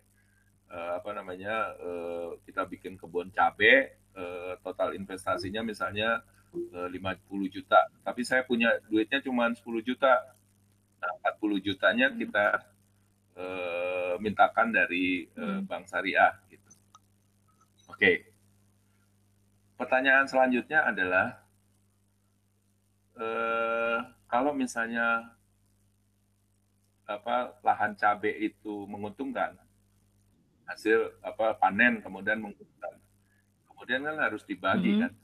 kita bikin kebun cabai, total investasinya misalnya 50 juta, tapi saya punya duitnya cuma 10 juta. Nah, 40 jutanya kita mintakan dari bank syariah gitu. Oke. Pertanyaan selanjutnya adalah kalau misalnya lahan cabai itu menguntungkan, hasil panen kemudian menguntungkan, kemudian kan harus dibagi kan,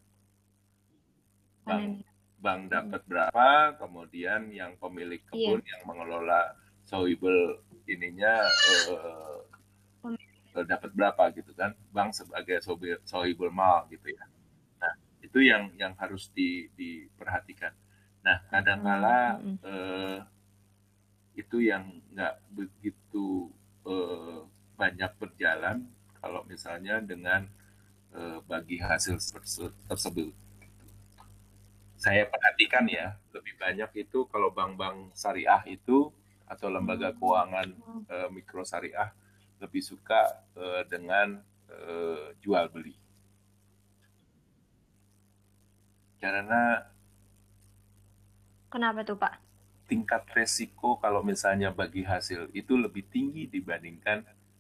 bank dapat berapa, kemudian yang pemilik kebun yang mengelola sohibul ininya dapat berapa gitu kan, bank sebagai sohibul mal gitu ya. Nah, itu yang harus diperhatikan. Nah, kadang-kala itu yang nggak begitu banyak berjalan kalau misalnya dengan bagi hasil tersebut. saya perhatikan ya, lebih banyak itu kalau bank-bank syariah itu atau lembaga keuangan mikro syariah lebih suka dengan jual beli. Karena Kenapa tuh, Pak? tingkat resiko kalau misalnya bagi hasil itu lebih tinggi dibandingkan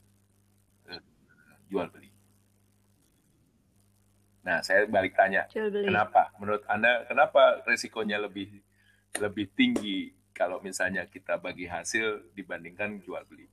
jual beli. Nah, saya balik tanya, Jual beli. kenapa? Menurut Anda, kenapa resikonya lebih lebih tinggi kalau misalnya kita bagi hasil dibandingkan jual beli?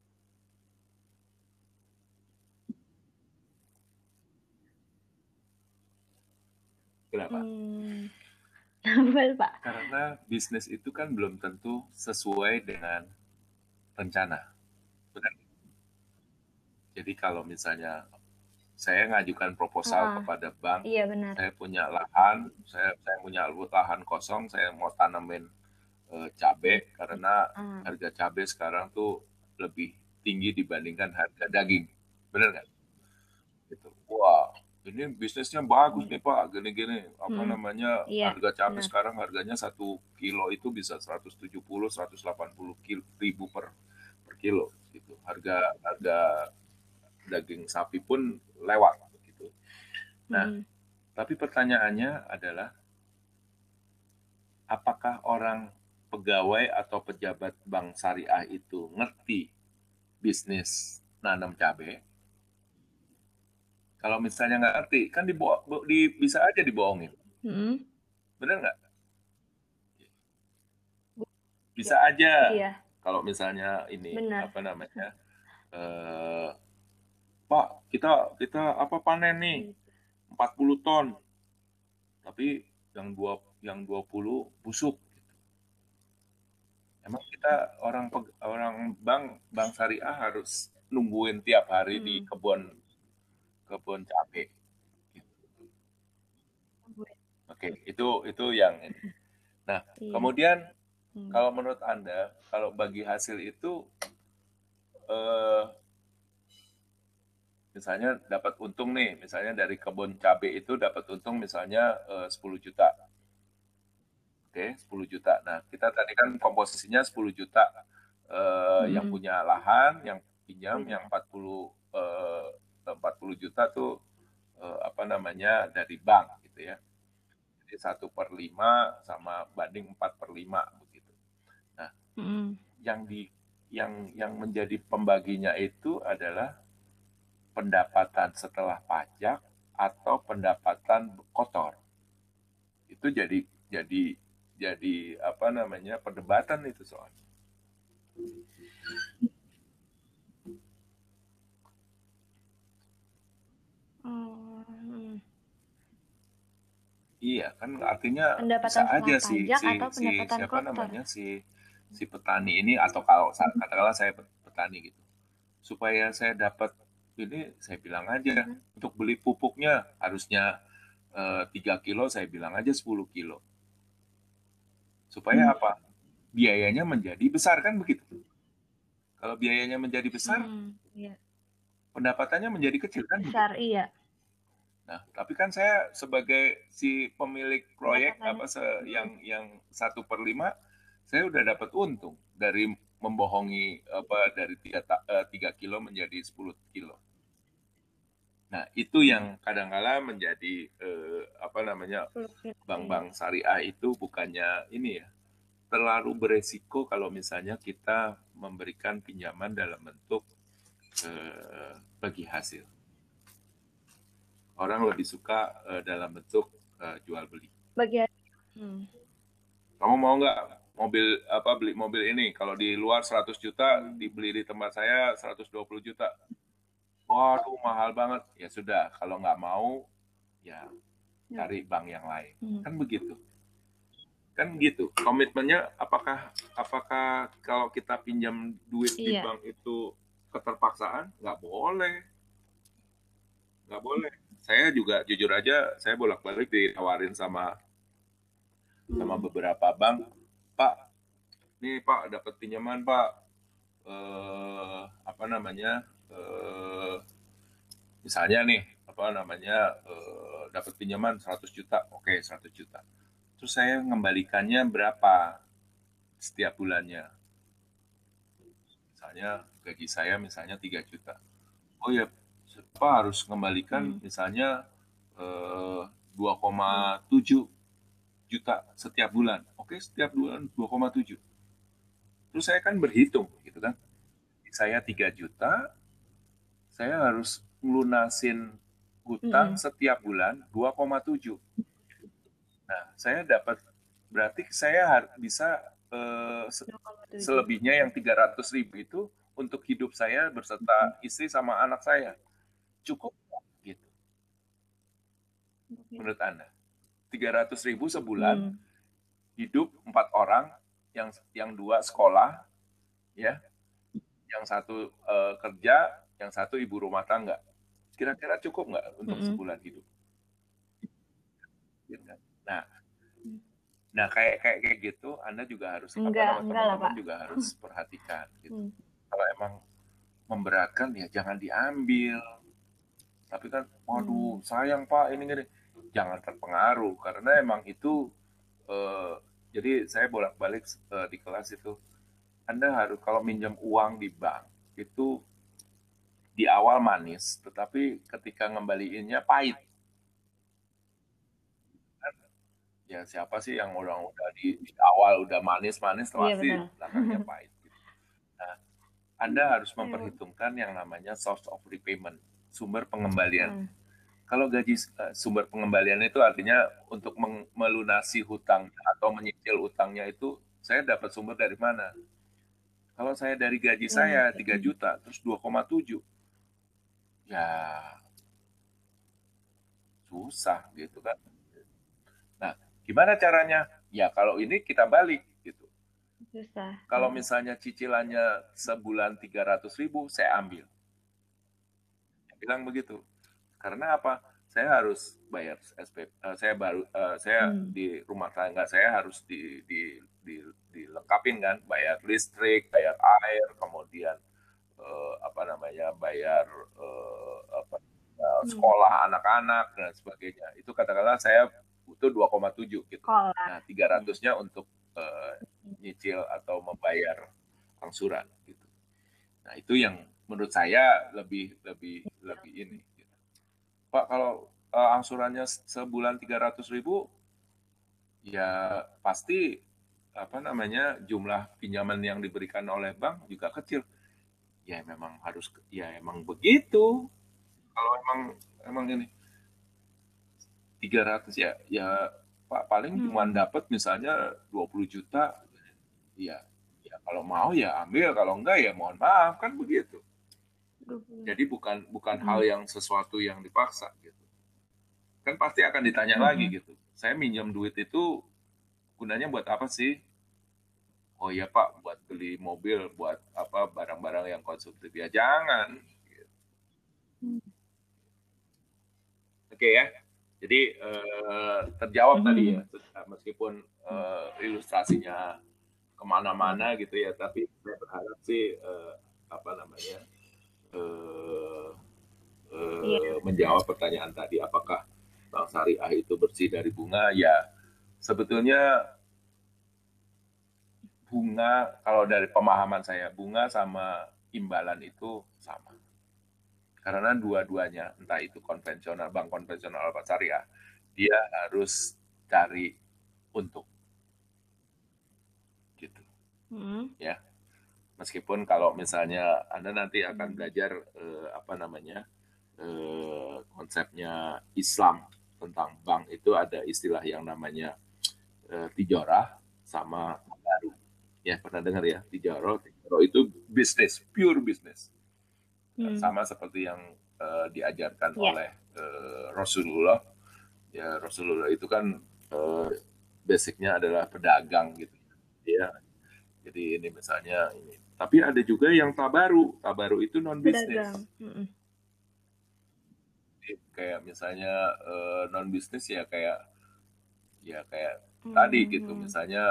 Kenapa? Betul, Pak. Karena bisnis itu kan belum tentu sesuai dengan rencana. Benar? Jadi kalau misalnya saya ngajukan proposal kepada bank, Iya, benar. saya punya lahan, saya punya lahan kosong, saya mau tanemin cabai karena harga cabai sekarang tuh lebih tinggi dibandingkan harga daging. Benar nggak? Gitu. Wah, ini bisnisnya bagus nih Pak, gini-gini. Apa namanya, Iya, harga cabai benar. sekarang harganya 1 kilo itu bisa 170, 180 ribu per kilo. Gitu. Harga harga daging sapi pun lewat. Gitu. Nah, tapi pertanyaannya adalah, apakah orang pegawai atau pejabat bank syariah itu ngerti bisnis nanam cabai? Kalau misalnya nggak ngerti, kan bisa aja dibohongin. Bener nggak? Bisa aja. Iya. Kalau misalnya ini, Benar. apa namanya, Pak, kita apa panen nih 40 ton, tapi yang 20 busuk. Emang kita orang bank syariah harus nungguin tiap hari di kebun cabai. Oke, itu yang ini. Nah, kemudian kalau menurut Anda, kalau bagi hasil itu misalnya dapat untung nih, misalnya dari kebun cabai itu dapat untung misalnya 10 juta. Oke, 10 juta. Nah, kita tadi kan komposisinya 10 juta yang punya lahan, yang pinjam, yang 40 juta tuh apa namanya dari bank gitu ya. Jadi 1/5 sama banding 4/5 begitu. Nah, yang menjadi pembaginya itu adalah pendapatan setelah pajak atau pendapatan kotor. Itu jadi apa namanya perdebatan itu soalnya. Iya kan artinya bisa aja siapa namanya si petani ini atau kalau katakanlah saya petani gitu supaya saya dapat ini saya bilang aja untuk beli pupuknya harusnya 3 kilo saya bilang aja 10 kilo supaya apa biayanya menjadi besar kan begitu kalau biayanya menjadi besar pendapatannya menjadi kecil kan besar begitu? Iya. Nah, tapi kan saya sebagai si pemilik proyek yang 1/5, saya udah dapat untung dari membohongi dari 3 kilo menjadi 10 kilo. Nah, itu yang kadang-kala menjadi apa namanya bank-bank syariah itu bukannya ini ya terlalu beresiko kalau misalnya kita memberikan pinjaman dalam bentuk bagi hasil. Orang lebih suka dalam bentuk jual beli. Kamu mau nggak beli mobil ini? Kalau di luar 100 juta, dibeli di tempat saya 120 juta. Waduh, mahal banget. Ya sudah, kalau nggak mau, ya cari bank yang lain. Kan begitu. Kan gitu. Komitmennya apakah kalau kita pinjam duit di bank itu keterpaksaan? Nggak boleh. Nggak boleh. Saya juga jujur aja, saya bolak-balik ditawarin sama beberapa bank, Pak, nih Pak dapat pinjaman Pak, apa namanya, misalnya nih, apa namanya, dapat pinjaman 100 juta, oke 100 juta. terus saya mengembalikannya berapa setiap bulannya. Misalnya gaji saya misalnya 3 juta. Oh ya, Pak harus mengembalikan misalnya 2,7 juta setiap bulan. Oke, setiap bulan 2,7. Terus saya kan berhitung gitu kan. Saya 3 juta, saya harus melunasin hutang setiap bulan 2,7. Nah, saya dapat berarti saya bisa selebihnya yang 300.000 itu untuk hidup saya berserta istri sama anak saya. Cukup gitu. Menurut Anda? 300.000 sebulan, hidup 4 orang, yang 2 sekolah, ya, yang 1 kerja, yang 1 ibu rumah tangga. Kira-kira cukup nggak untuk sebulan hidup? Nah, kayak gitu, Anda juga harus, teman-teman juga harus perhatikan gitu. Kalau emang memberatkan ya jangan diambil. Tapi kan, waduh, sayang Pak, ini gini. Jangan terpengaruh karena emang itu jadi saya bolak-balik di kelas itu, Anda harus kalau minjam uang di bank itu di awal manis, tetapi ketika ngembaliinnya pahit. Ya siapa sih yang udah di awal udah manis-manis, pasti belakangnya pahit. Gitu. Nah, Anda harus memperhitungkan yang namanya source of repayment, sumber pengembalian. Kalau gaji sumber pengembalian itu artinya untuk melunasi hutang atau menyicil hutangnya itu saya dapat sumber dari mana? Kalau saya dari gaji saya 3 juta terus 2,7, ya susah gitu kan. Nah, gimana caranya? Ya kalau ini kita balik gitu. Susah. Kalau misalnya cicilannya sebulan 300.000, saya ambil. Saya bilang begitu. Karena apa? Saya harus bayar SPP. Saya di rumah tangga saya harus dilengkapin kan, bayar listrik, bayar air, kemudian bayar sekolah anak-anak dan sebagainya. Itu katakanlah saya butuh 2,7 gitu. Nah, 300-nya untuk nyicil atau membayar angsuran gitu. Nah, itu yang menurut saya lebih ini. Gitu. Pak, kalau angsurannya sebulan 300.000, ya pasti jumlah pinjaman yang diberikan oleh bank juga kecil. Ya emang begitu. Kalau emang ini 300 ya Pak paling cuma dapat misalnya 20 juta. Ya kalau mau ya ambil, kalau enggak ya mohon maaf, kan begitu. Jadi bukan hal yang sesuatu yang dipaksa gitu. Kan pasti akan ditanya lagi gitu. Saya minjam duit itu gunanya buat apa sih? Oh iya Pak, buat beli mobil, buat apa barang-barang yang konsumtif ya jangan. Gitu. Oke ya. Jadi terjawab tadi ya, meskipun ilustrasinya kemana-mana gitu ya, tapi saya berharap sih menjawab pertanyaan tadi, apakah bank syariah itu bersih dari bunga? Ya sebetulnya bunga, kalau dari pemahaman saya, bunga sama imbalan itu sama. Karena dua-duanya, entah itu konvensional, bank konvensional atau syariah, dia harus cari untung. Gitu. Ya. Meskipun kalau misalnya Anda nanti akan belajar konsepnya Islam tentang bank, itu ada istilah yang namanya tijarah sama baru. Ya, pernah dengar ya, tijarah itu bisnis, pure bisnis. Sama seperti yang diajarkan oleh Rasulullah. Ya, Rasulullah itu kan basicnya adalah pedagang gitu. Ya, jadi ini misalnya ini. Tapi ada juga yang tabaru. Tabaru itu non bisnis. Kayak misalnya non bisnis ya kayak tadi gitu. Misalnya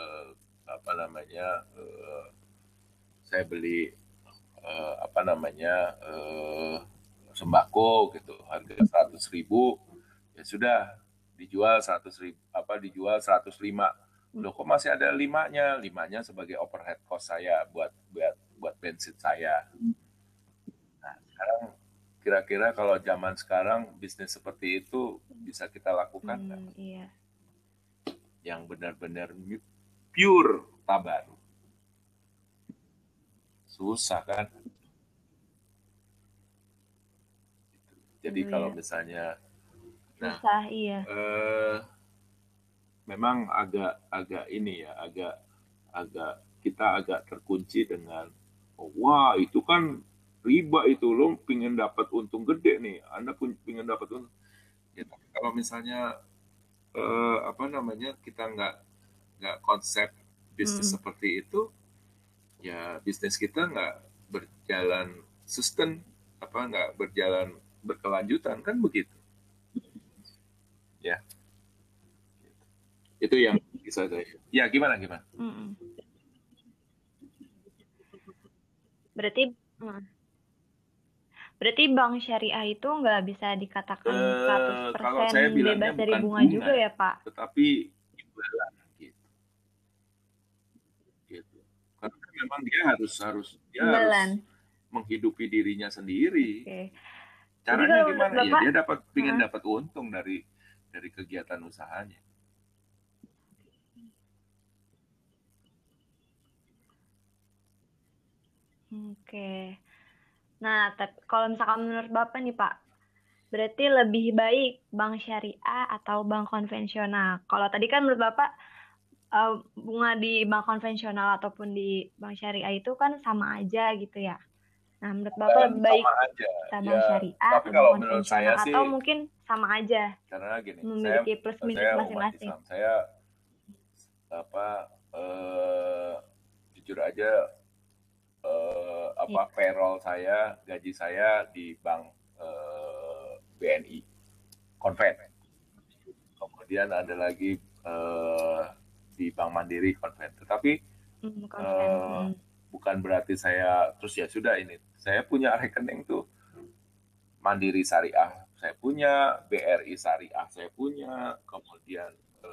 saya beli sembako gitu, harga 100.000, ya sudah dijual 105. Loh kok masih ada 5-nya? 5-nya sebagai overhead cost saya buat bensin saya. Nah, sekarang kira-kira kalau zaman sekarang bisnis seperti itu bisa kita lakukan nggak? Iya. Yang benar-benar pure tabar. Susah kan? Jadi kalau misalnya, susah, iya. Memang agak ini ya, kita agak terkunci dengan, wah itu kan riba itu, lo pingin dapat untung gede nih, Anda pun pingin dapat untung. Ya, tapi kalau misalnya kita nggak konsep bisnis seperti itu, ya bisnis kita nggak berjalan nggak berjalan berkelanjutan, kan begitu ya. Itu yang bisa saya. Ya gimana? Berarti bank syariah itu nggak bisa dikatakan 100% kalau saya bilangnya bebas dari bukan bunga juga ya, Pak? Tetapi imbalan gitu. Karena memang dia harus menghidupi dirinya sendiri. Caranya gimana? Ya dia ingin dapat untung dari kegiatan usahanya. Oke. Nah, kalau misalkan menurut Bapak nih Pak, berarti lebih baik bank syariah atau bank konvensional? Kalau tadi kan menurut Bapak bunga di bank konvensional ataupun di bank syariah itu kan sama aja gitu ya. Nah, menurut Bapak lebih baik kita bank syariah atau bank konvensional atau mungkin sama aja? Karena gini, memiliki plus minus masing-masing. Saya jujur aja payroll saya, gaji saya di bank BNI Konven. Kemudian ada lagi di Bank Mandiri Konven. Tetapi bukan berarti saya terus ya sudah ini. Saya punya rekening tuh Mandiri Syariah, saya punya BRI Syariah, saya punya, kemudian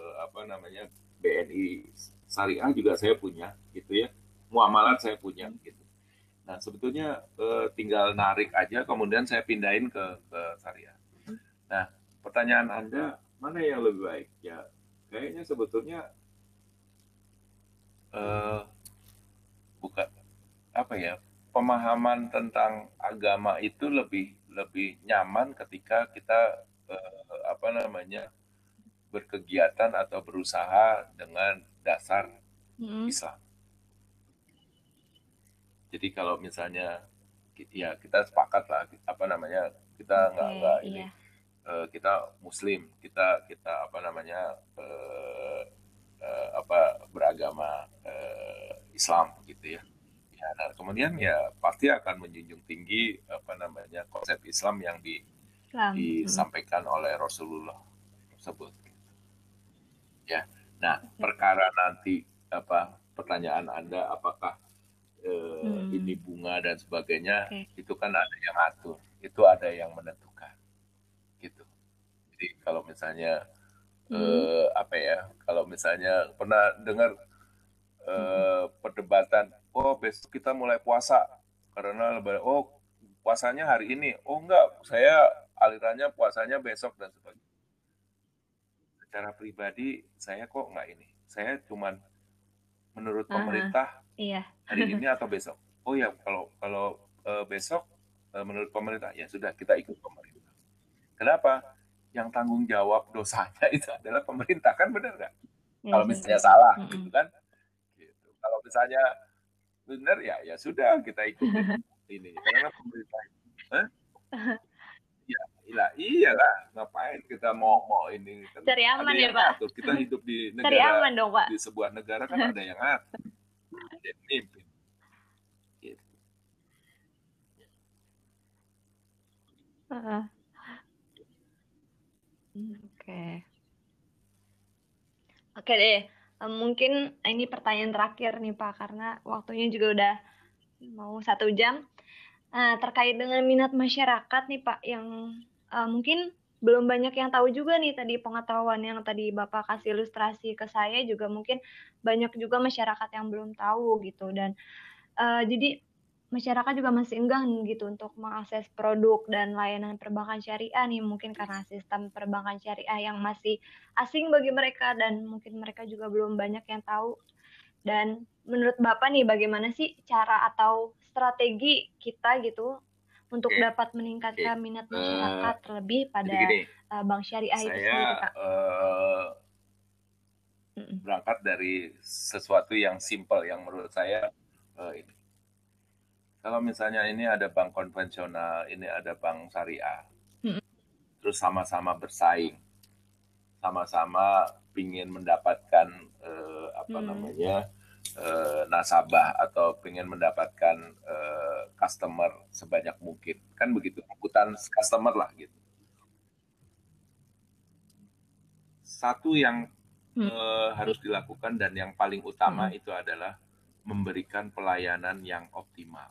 BNI Syariah juga saya punya, gitu ya. Muamalat saya punya, gitu. Nah sebetulnya tinggal narik aja, kemudian saya pindahin ke Syariah. Nah pertanyaan Anda, mana yang lebih baik? Ya kayaknya sebetulnya bukan pemahaman tentang agama itu lebih nyaman ketika kita berkegiatan atau berusaha dengan dasar Islam. Jadi kalau misalnya ya kita sepakat lah kita nggak ini kita Muslim, kita beragama Islam gitu ya. Ya, nah, kemudian ya pasti akan menjunjung tinggi konsep Islam yang disampaikan oleh Rasulullah tersebut. Ya, nah perkara nanti pertanyaan Anda apakah ini bunga dan sebagainya, itu kan ada yang atur, itu ada yang menentukan, gitu. Jadi kalau misalnya kalau misalnya pernah dengar perdebatan, besok kita mulai puasa karena puasanya hari ini, enggak, saya alirannya puasanya besok dan sebagainya. Secara pribadi saya kok enggak ini, saya cuman menurut pemerintah hari ini atau besok. Oh ya kalau besok menurut pemerintah ya sudah kita ikut pemerintah. Kenapa? Yang tanggung jawab dosanya itu adalah pemerintah, kan benar nggak? Kalau misalnya salah gitu kan. Gitu. Kalau misalnya benar ya sudah kita ikut ini karena pemerintah. Ya iyalah, ngapain kita mau ini kan cari aman ada yang ya, Pak. ngatur. Kita hidup di negara aman dong, Pak. Di sebuah negara kan ada yang ngatur. Ada yang mimpin. Gitu. Oke deh. Mungkin ini pertanyaan terakhir nih Pak, karena waktunya juga udah mau 1 jam. Terkait dengan minat masyarakat nih Pak, yang mungkin belum banyak yang tahu juga nih tadi pengetahuan yang tadi Bapak kasih ilustrasi ke saya juga mungkin banyak juga masyarakat yang belum tahu gitu dan jadi masyarakat juga masih enggan gitu untuk mengakses produk dan layanan perbankan syariah nih mungkin karena sistem perbankan syariah yang masih asing bagi mereka dan mungkin mereka juga belum banyak yang tahu. Dan menurut Bapak nih bagaimana sih cara atau strategi kita gitu untuk dapat meningkatkan minat masyarakat terlebih pada bank syariah itu sendiri, Kak? Berangkat dari sesuatu yang simple yang menurut saya ini. Kalau misalnya ini ada bank konvensional, ini ada bank syariah, terus sama-sama bersaing, sama-sama ingin mendapatkan nasabah atau ingin mendapatkan customer sebanyak mungkin, kan begitu, rebutan customer lah gitu. Satu yang harus dilakukan dan yang paling utama itu adalah memberikan pelayanan yang optimal.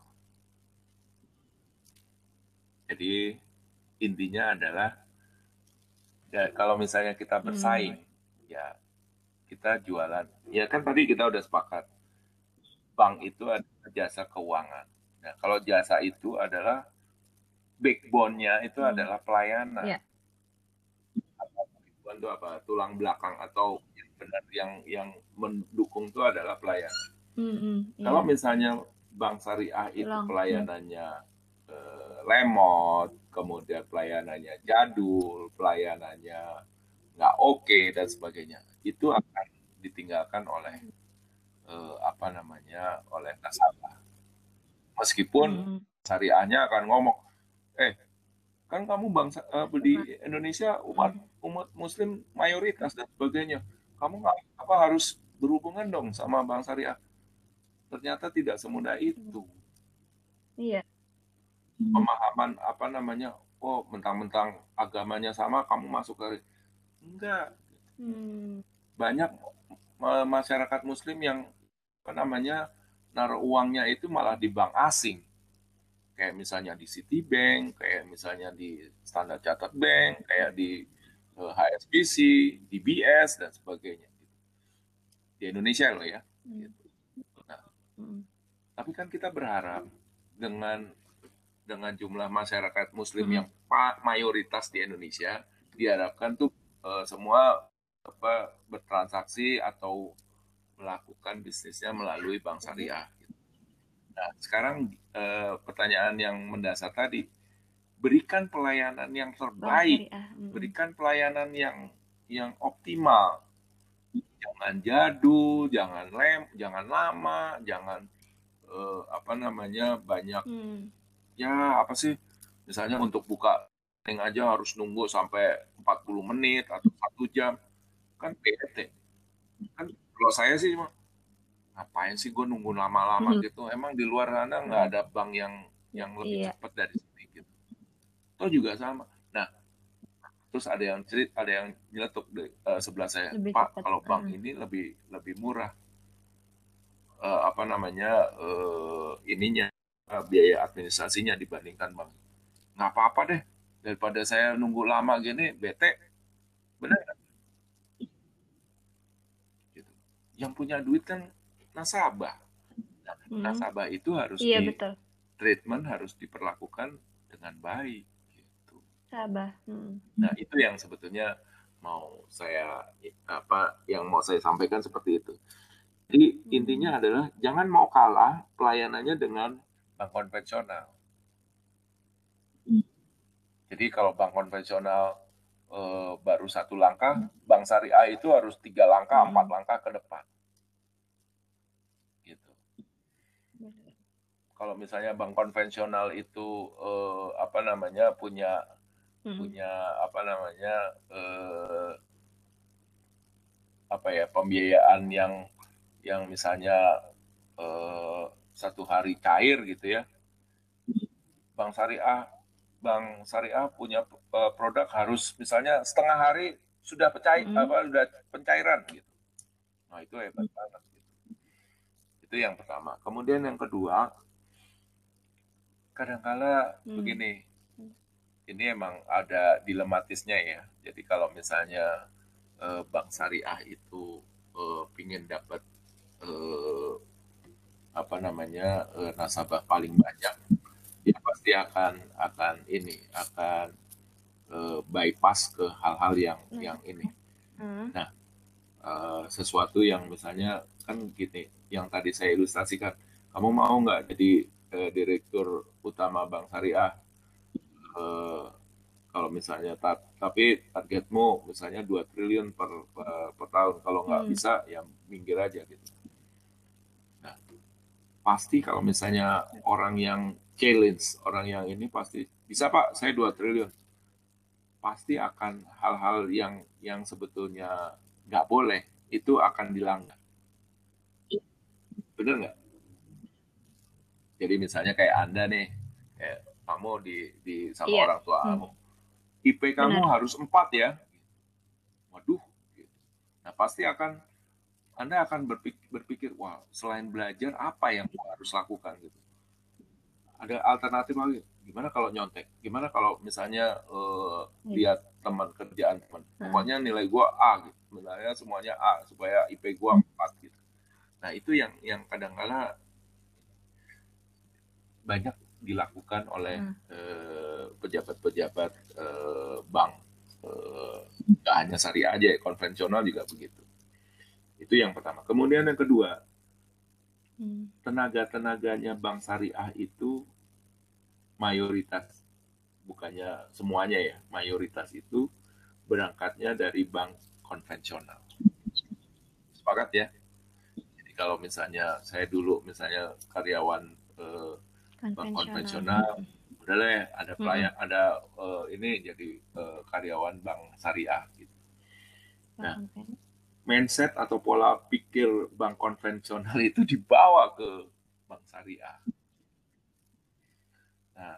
Jadi intinya adalah ya, kalau misalnya kita bersaing, ya kita jualan. Ya kan tadi kita udah sepakat, bank itu adalah jasa keuangan. Nah, kalau jasa itu adalah backbone-nya itu adalah pelayanan. Backbone itu apa? Tulang belakang atau yang benar yang mendukung itu adalah pelayanan. Kalau misalnya bank syariah itu pelayanannya lemot, kemudian pelayanannya jadul, pelayanannya nggak oke dan sebagainya, itu akan ditinggalkan oleh oleh nasabah. Meskipun syariahnya akan ngomong, kan kamu bangsa di Indonesia umat Muslim mayoritas dan sebagainya, kamu nggak harus berhubungan dong sama bank syariah. Ternyata tidak semudah itu. Iya. Pemahaman oh mentang-mentang agamanya sama kamu masuk ke enggak. Banyak masyarakat Muslim yang naruh uangnya itu malah di bank asing, kayak misalnya di Citibank, kayak misalnya di Standard Chartered Bank, kayak di HSBC, DBS dan sebagainya di Indonesia loh ya. Nah, tapi kan kita berharap dengan jumlah masyarakat Muslim yang mayoritas di Indonesia, diharapkan tuh semua bertransaksi atau melakukan bisnisnya melalui bank syariah. Nah, sekarang pertanyaan yang mendasar tadi, berikan pelayanan yang terbaik, berikan pelayanan yang optimal. Jangan jadul, jangan lama, jangan banyak misalnya untuk buka rekening aja harus nunggu sampai 40 menit atau 1 jam, kan bete. Kan kalau saya sih ngapain sih gue nunggu lama-lama gitu, emang di luar sana nggak ada bank yang lebih cepat dari sini gitu. Itu juga sama. Nah, terus ada yang nyeletuk sebelah saya, Pak, kalau bank ini lebih murah biaya administrasinya dibandingkan bank. Nggak apa-apa deh, daripada saya nunggu lama gini, bete. Benar nggak? Gitu. Yang punya duit kan nasabah. Nah, nasabah itu harus treatment, harus diperlakukan dengan baik. Gitu. Nah, itu yang sebetulnya yang mau saya sampaikan seperti itu. Jadi intinya adalah jangan mau kalah pelayanannya dengan bank konvensional. Jadi kalau bank konvensional baru 1 langkah, bank syariah itu harus 3 langkah, 4 langkah ke depan. Gitu. Kalau misalnya bank konvensional itu punya pembiayaan yang misalnya 1 hari cair gitu ya. Bank syariah punya produk harus misalnya setengah hari sudah pencairan gitu. Nah, itu hebat banget gitu. Itu yang pertama. Kemudian yang kedua, kadang-kala begini, ini emang ada dilematisnya ya. Jadi kalau misalnya bank syariah itu pingin dapat eh, apa namanya nasabah paling banyak, ya pasti akan ini akan bypass ke hal-hal yang ini. Nah, sesuatu yang misalnya kan gini, yang tadi saya ilustrasikan, kamu mau nggak jadi direktur utama bank syariah? Eh, kalau misalnya tapi targetmu misalnya 2 triliun per tahun, kalau nggak bisa ya minggir aja gitu. Nah, pasti kalau misalnya orang yang challenge, orang yang ini pasti bisa Pak, saya 2 triliun. Pasti akan hal-hal yang sebetulnya nggak boleh itu akan dilanggar. Bener nggak? Jadi misalnya kayak Anda nih, kayak kamu di sama orang tua kamu, IP kamu harus 4 ya. Waduh. Nah, pasti Anda akan berpikir, wah, selain belajar apa yang harus lakukan gitu. Ada alternatif lagi. Gimana kalau nyontek? Gimana kalau misalnya lihat teman kerjaan teman. Pokoknya nilai gua A gitu. Misalnya semuanya A supaya IP gua 4 gitu. Nah, itu yang kadang-kala banyak dilakukan oleh pejabat-pejabat bank. Nggak hanya syariah aja, konvensional juga begitu. Itu yang pertama. Kemudian yang kedua, tenaga-tenaganya bank syariah itu mayoritas, bukannya semuanya ya, mayoritas itu berangkatnya dari bank konvensional. Sepakat ya? Jadi kalau misalnya saya dulu misalnya karyawan bank konvensional, udah lah ada pelayan, ada ini jadi karyawan bank syariah gitu. Nah, mindset atau pola pikir bank konvensional itu dibawa ke bank syariah. Nah,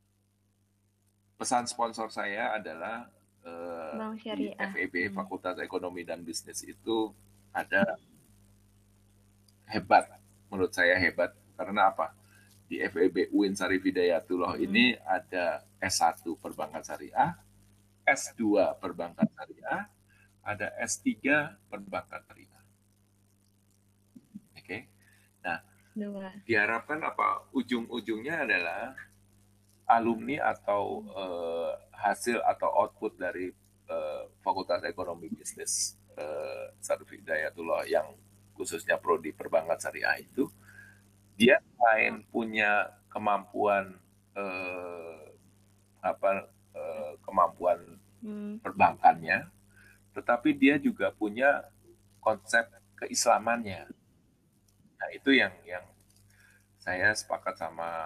pesan sponsor saya adalah di FEB, Fakultas Ekonomi dan Bisnis itu ada hebat, menurut saya hebat. Karena apa? Di FEB UIN Syarif Hidayatullah ini ada S1 Perbankan Syariah, S2 Perbankan Syariah, ada S3 Perbankan Syariah. Oke. Nah, diharapkan apa? Ujung-ujungnya adalah alumni atau hasil atau output dari Fakultas Ekonomi Bisnis Syarif Hidayatullah yang khususnya prodi perbankan syariah itu, dia selain punya kemampuan kemampuan perbankannya, tetapi dia juga punya konsep keislamannya. Nah, itu yang saya sepakat sama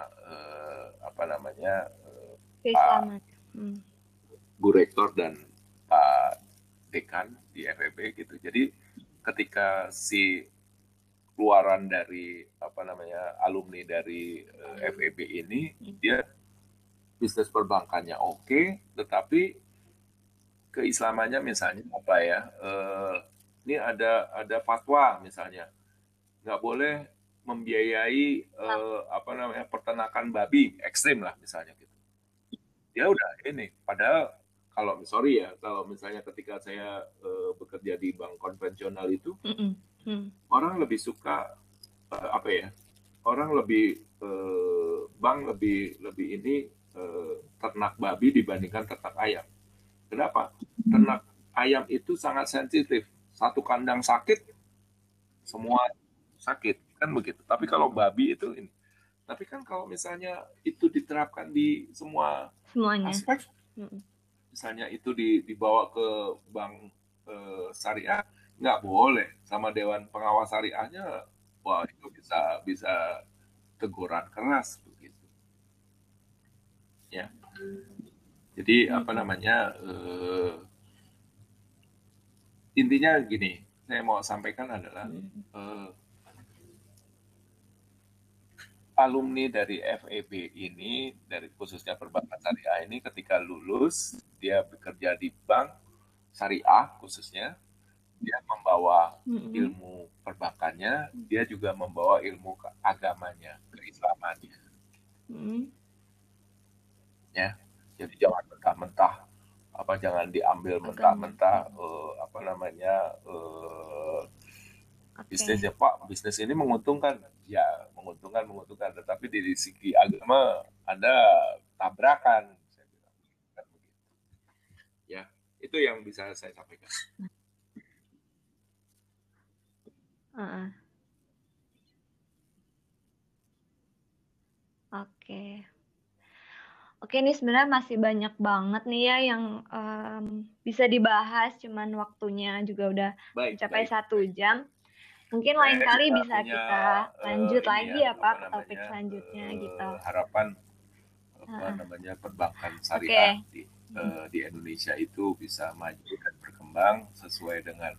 Pak Bu Rektor dan Pak Dekan di FEB gitu. Jadi ketika si keluaran dari alumni dari FEB ini, dia bisnis perbankannya oke, tetapi keislamannya misalnya apa ya? Ini ada fatwa misalnya, nggak boleh membiayai peternakan babi ekstrim lah misalnya gitu. Ya udah ini, padahal kalau misalnya ketika saya bekerja di bank konvensional itu, orang lebih suka orang lebih bank lebih ini ternak babi dibandingkan ternak ayam. Kenapa? Ternak ayam itu sangat sensitif. Satu kandang sakit, semua sakit kan begitu. Tapi kalau babi itu ini. Tapi kan kalau misalnya itu diterapkan di semuanya aspek, misalnya itu dibawa ke bank syariah, nggak boleh sama dewan pengawas syariahnya, wah itu bisa teguran keras begitu. Ya. Jadi intinya gini, saya mau sampaikan adalah alumni dari FEB ini, dari khususnya perbankan syariah ini, ketika lulus, dia bekerja di bank syariah khususnya, dia membawa ilmu perbankannya, dia juga membawa ilmu agamanya, keislamannya. Ya, jadi jangan mentah-mentah, jangan diambil mentah-mentah, bisnisnya, Pak, bisnis ini menguntungkan. Ya, menguntungkan, tetapi di segi agama Anda tabrakan. Saya bilang. Ya, itu yang bisa saya sampaikan. Oke, ini sebenarnya masih banyak banget nih ya yang bisa dibahas, cuman waktunya juga udah mencapai 1 jam. Mungkin lain kali bisa kita lanjut lagi ya Pak ke topik selanjutnya gitu. Harapan perbankan syariah di Indonesia itu bisa maju dan berkembang sesuai dengan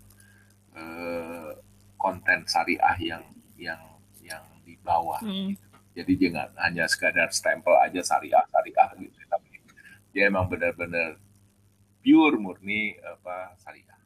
konten syariah yang di bawah. Gitu. Jadi jangan hanya sekadar stempel aja syariah gitu, tapi dia emang benar-benar pure murni syariah.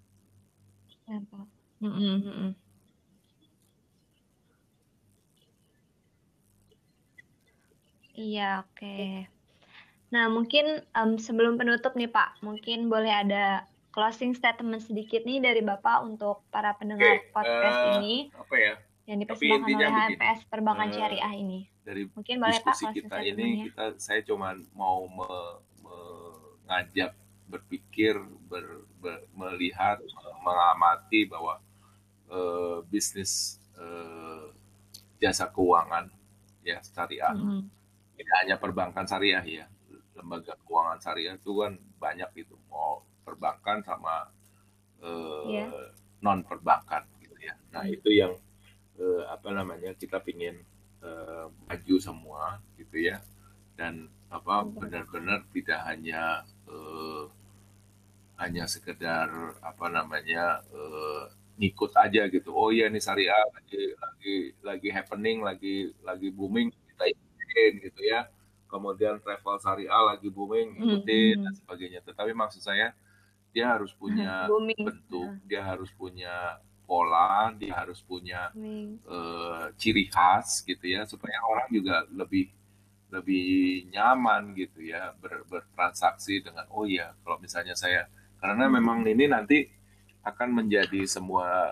Iya, oke. Nah, mungkin sebelum penutup nih Pak, mungkin boleh ada closing statement sedikit nih dari Bapak untuk para pendengar podcast ini. Yang dipersembahkan oleh HMPS Perbankan Syariah ini. Dari mungkin boleh diskusi Pak, kita ini, saya cuma mau mengajak berpikir, melihat, mengamati bahwa bisnis jasa keuangan ya syariah, tidak hanya perbankan syariah ya, lembaga keuangan syariah itu kan banyak itu, mau perbankan sama non perbankan gitu ya. Nah itu yang kita pingin maju semua gitu ya, dan benar-benar tidak hanya sekedar ngikut aja gitu. Oh iya nih syariah lagi happening, lagi booming, kita ikutin gitu ya. Kemudian travel syariah lagi booming, ikutin dan sebagainya. Tetapi maksud saya dia harus punya bentuk, dia harus punya pola, dia harus punya ciri khas gitu ya, supaya orang juga lebih nyaman gitu ya bertransaksi dengan oh ya kalau misalnya saya, karena memang ini nanti akan menjadi semua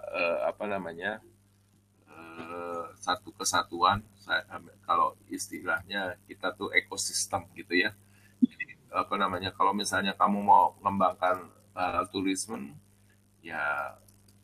satu kesatuan. Kalau istilahnya kita tuh ekosistem gitu ya. Jadi kalau misalnya kamu mau mengembangkan turisme ya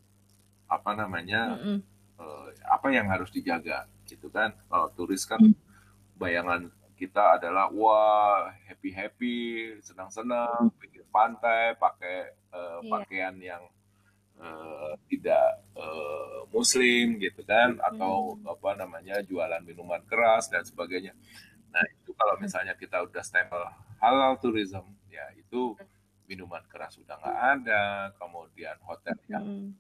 apa yang harus dijaga gitu kan. Kalau turis kan bayangan kita adalah wah happy senang pinggir pantai pakai pakaian yang tidak muslim gitu kan, atau jualan minuman keras dan sebagainya. Nah itu kalau misalnya kita udah stempel halal tourism ya itu minuman keras sudah nggak ada, kemudian hotel yang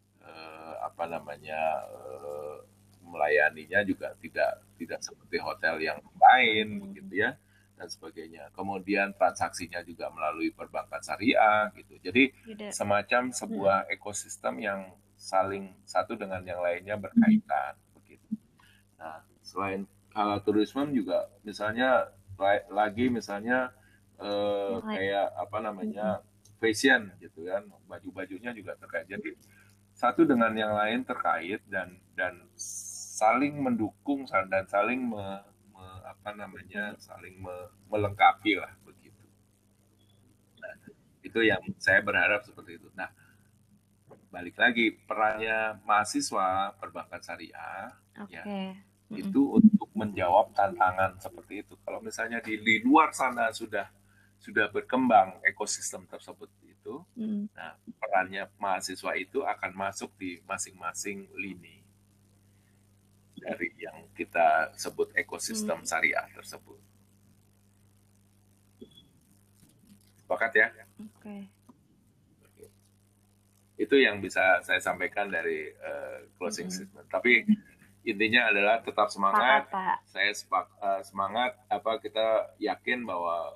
melayaninya juga tidak seperti hotel yang lain begitu ya dan sebagainya. Kemudian transaksinya juga melalui perbankan syariah gitu. Jadi semacam sebuah ekosistem yang saling satu dengan yang lainnya berkaitan begitu. Nah, selain halal turisme juga misalnya kayak fashion gitu kan, baju-bajunya juga terkait. Jadi satu dengan yang lain terkait dan saling mendukung dan saling saling melengkapi lah begitu. Nah, itu yang saya berharap seperti itu. Nah, balik lagi perannya mahasiswa perbankan syariah ya itu untuk menjawab tantangan seperti itu. Kalau misalnya di luar sana sudah berkembang ekosistem tersebut itu, nah perannya mahasiswa itu akan masuk di masing-masing lini dari yang kita sebut ekosistem syariah tersebut. Sepakat ya? Itu yang bisa saya sampaikan dari closing statement. Tapi intinya adalah tetap semangat. Saya semangat. Kita yakin bahwa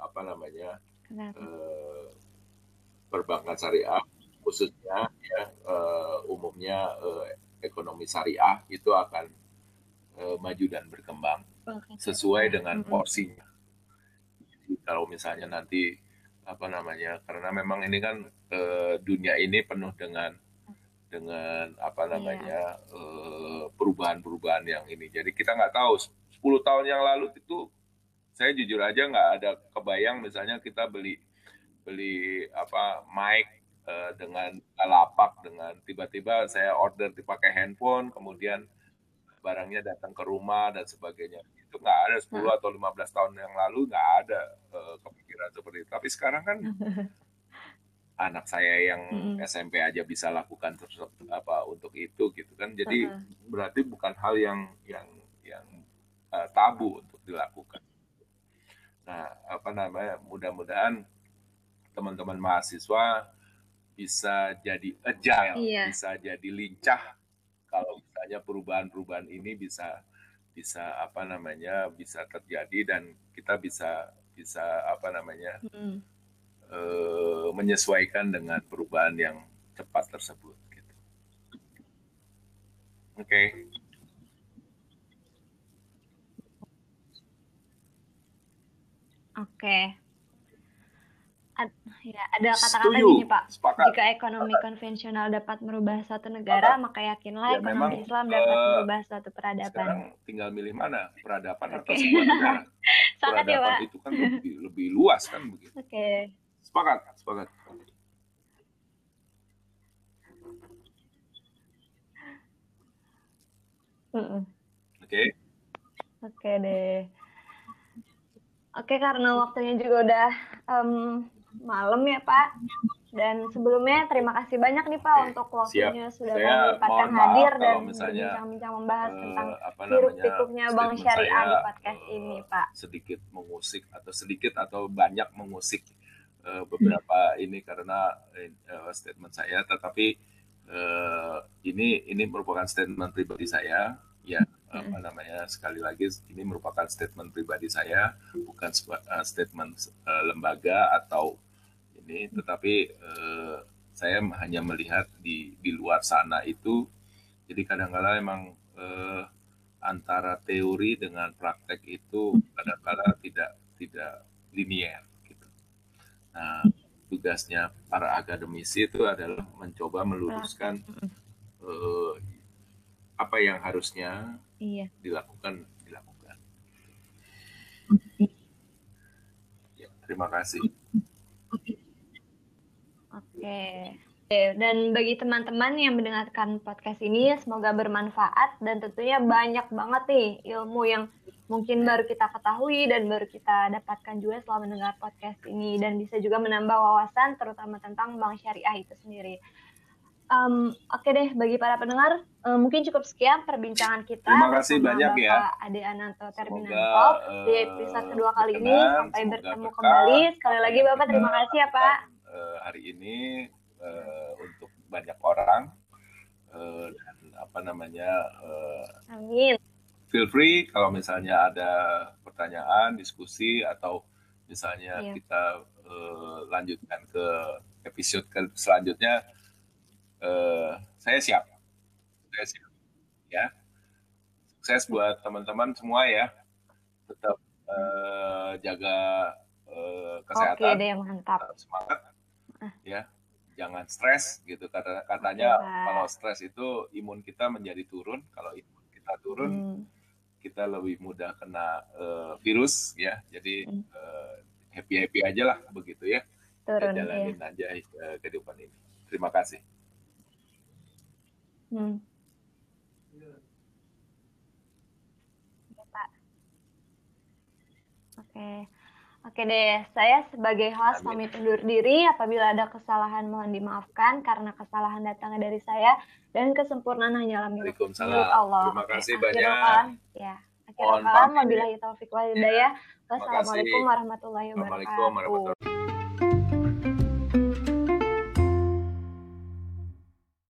perbankan syariah khususnya ya umumnya ekonomi syariah itu akan maju dan berkembang sesuai dengan porsinya. kalau misalnya nanti apa namanya, karena memang ini kan dunia ini penuh dengan apa namanya perubahan-perubahan yang ini. Jadi kita nggak tahu 10 tahun yang lalu itu saya jujur aja nggak ada kebayang misalnya kita beli apa mic dengan lapak dengan tiba-tiba saya order dipakai handphone kemudian barangnya datang ke rumah dan sebagainya. Itu nggak ada 10 atau 15 tahun yang lalu nggak ada kepikiran seperti itu. Tapi sekarang kan anak saya yang SMP aja bisa lakukan apa untuk itu gitu kan. Jadi berarti bukan hal yang tabu untuk dilakukan. Nah, apa namanya? Mudah-mudahan teman-teman mahasiswa bisa jadi agile, bisa jadi lincah kalau misalnya perubahan-perubahan ini bisa apa namanya bisa terjadi dan kita bisa apa namanya menyesuaikan dengan perubahan yang cepat tersebut. Gitu. Oke. Ya, ada kata-kata gini Pak, sepakat. Jika ekonomi konvensional dapat merubah suatu negara, maka yakinlah ekonomi Islam dapat merubah suatu peradaban. Sekarang tinggal milih mana, peradaban atau sebuah negara. Peradaban ya, itu kan lebih luas kan begitu. Sepakat. Oke deh. Oke, karena waktunya juga udah malam ya Pak. Dan sebelumnya terima kasih banyak nih Pak untuk waktunya sudah menyempatkan hadir dan berbincang-bincang membahas tentang hiruk-pikuknya Bank Syariah di podcast ini Pak. Sedikit atau banyak mengusik beberapa ini karena statement saya, tetapi ini merupakan statement pribadi saya ya. Apa namanya, sekali lagi ini merupakan statement pribadi saya, bukan statement lembaga atau ini, tetapi saya hanya melihat di luar sana itu. Jadi kadang-kadang emang antara teori dengan praktek itu kadang-kadang tidak linear gitu. Nah, tugasnya para akademisi itu adalah mencoba meluruskan apa yang harusnya dilakukan. Ya, terima kasih. Oke. Dan bagi teman-teman yang mendengarkan podcast ini, semoga bermanfaat dan tentunya banyak banget nih ilmu yang mungkin baru kita ketahui dan baru kita dapatkan juga setelah mendengar podcast ini, dan bisa juga menambah wawasan terutama tentang Bank Syariah itu sendiri. Oke deh, bagi para pendengar, mungkin cukup sekian perbincangan kita. Terima kasih banyak Bapak ya. Ade Ananto Terminantop di episode kedua kali ini. Sampai bertemu kembali. Sekali lagi Bapak terima kasih ya Pak. Hari ini untuk banyak orang dan apa namanya. Amin. Feel free kalau misalnya ada pertanyaan, diskusi atau misalnya kita lanjutkan ke episode selanjutnya. Saya siap ya. Sukses buat teman-teman semua ya. Tetap jaga kesehatan. Oke deh, mantap. Tetap semangat ya. Jangan stres gitu. Katanya kalau stres itu imun kita menjadi turun. Kalau imun kita turun, kita lebih mudah kena virus ya. Jadi happy aja lah begitu ya. Turun, jalanin aja kehidupan ini. Terima kasih. Oke deh, saya sebagai host pamit undur diri. Apabila ada kesalahan mohon dimaafkan karena kesalahan datangnya dari saya dan kesempurnaan hanyalah milik Allah. Terima kasih banyak. Akhirul kalam, wabillahi taufiq wal hidayah. Wassalamualaikum warahmatullahi wabarakatuh.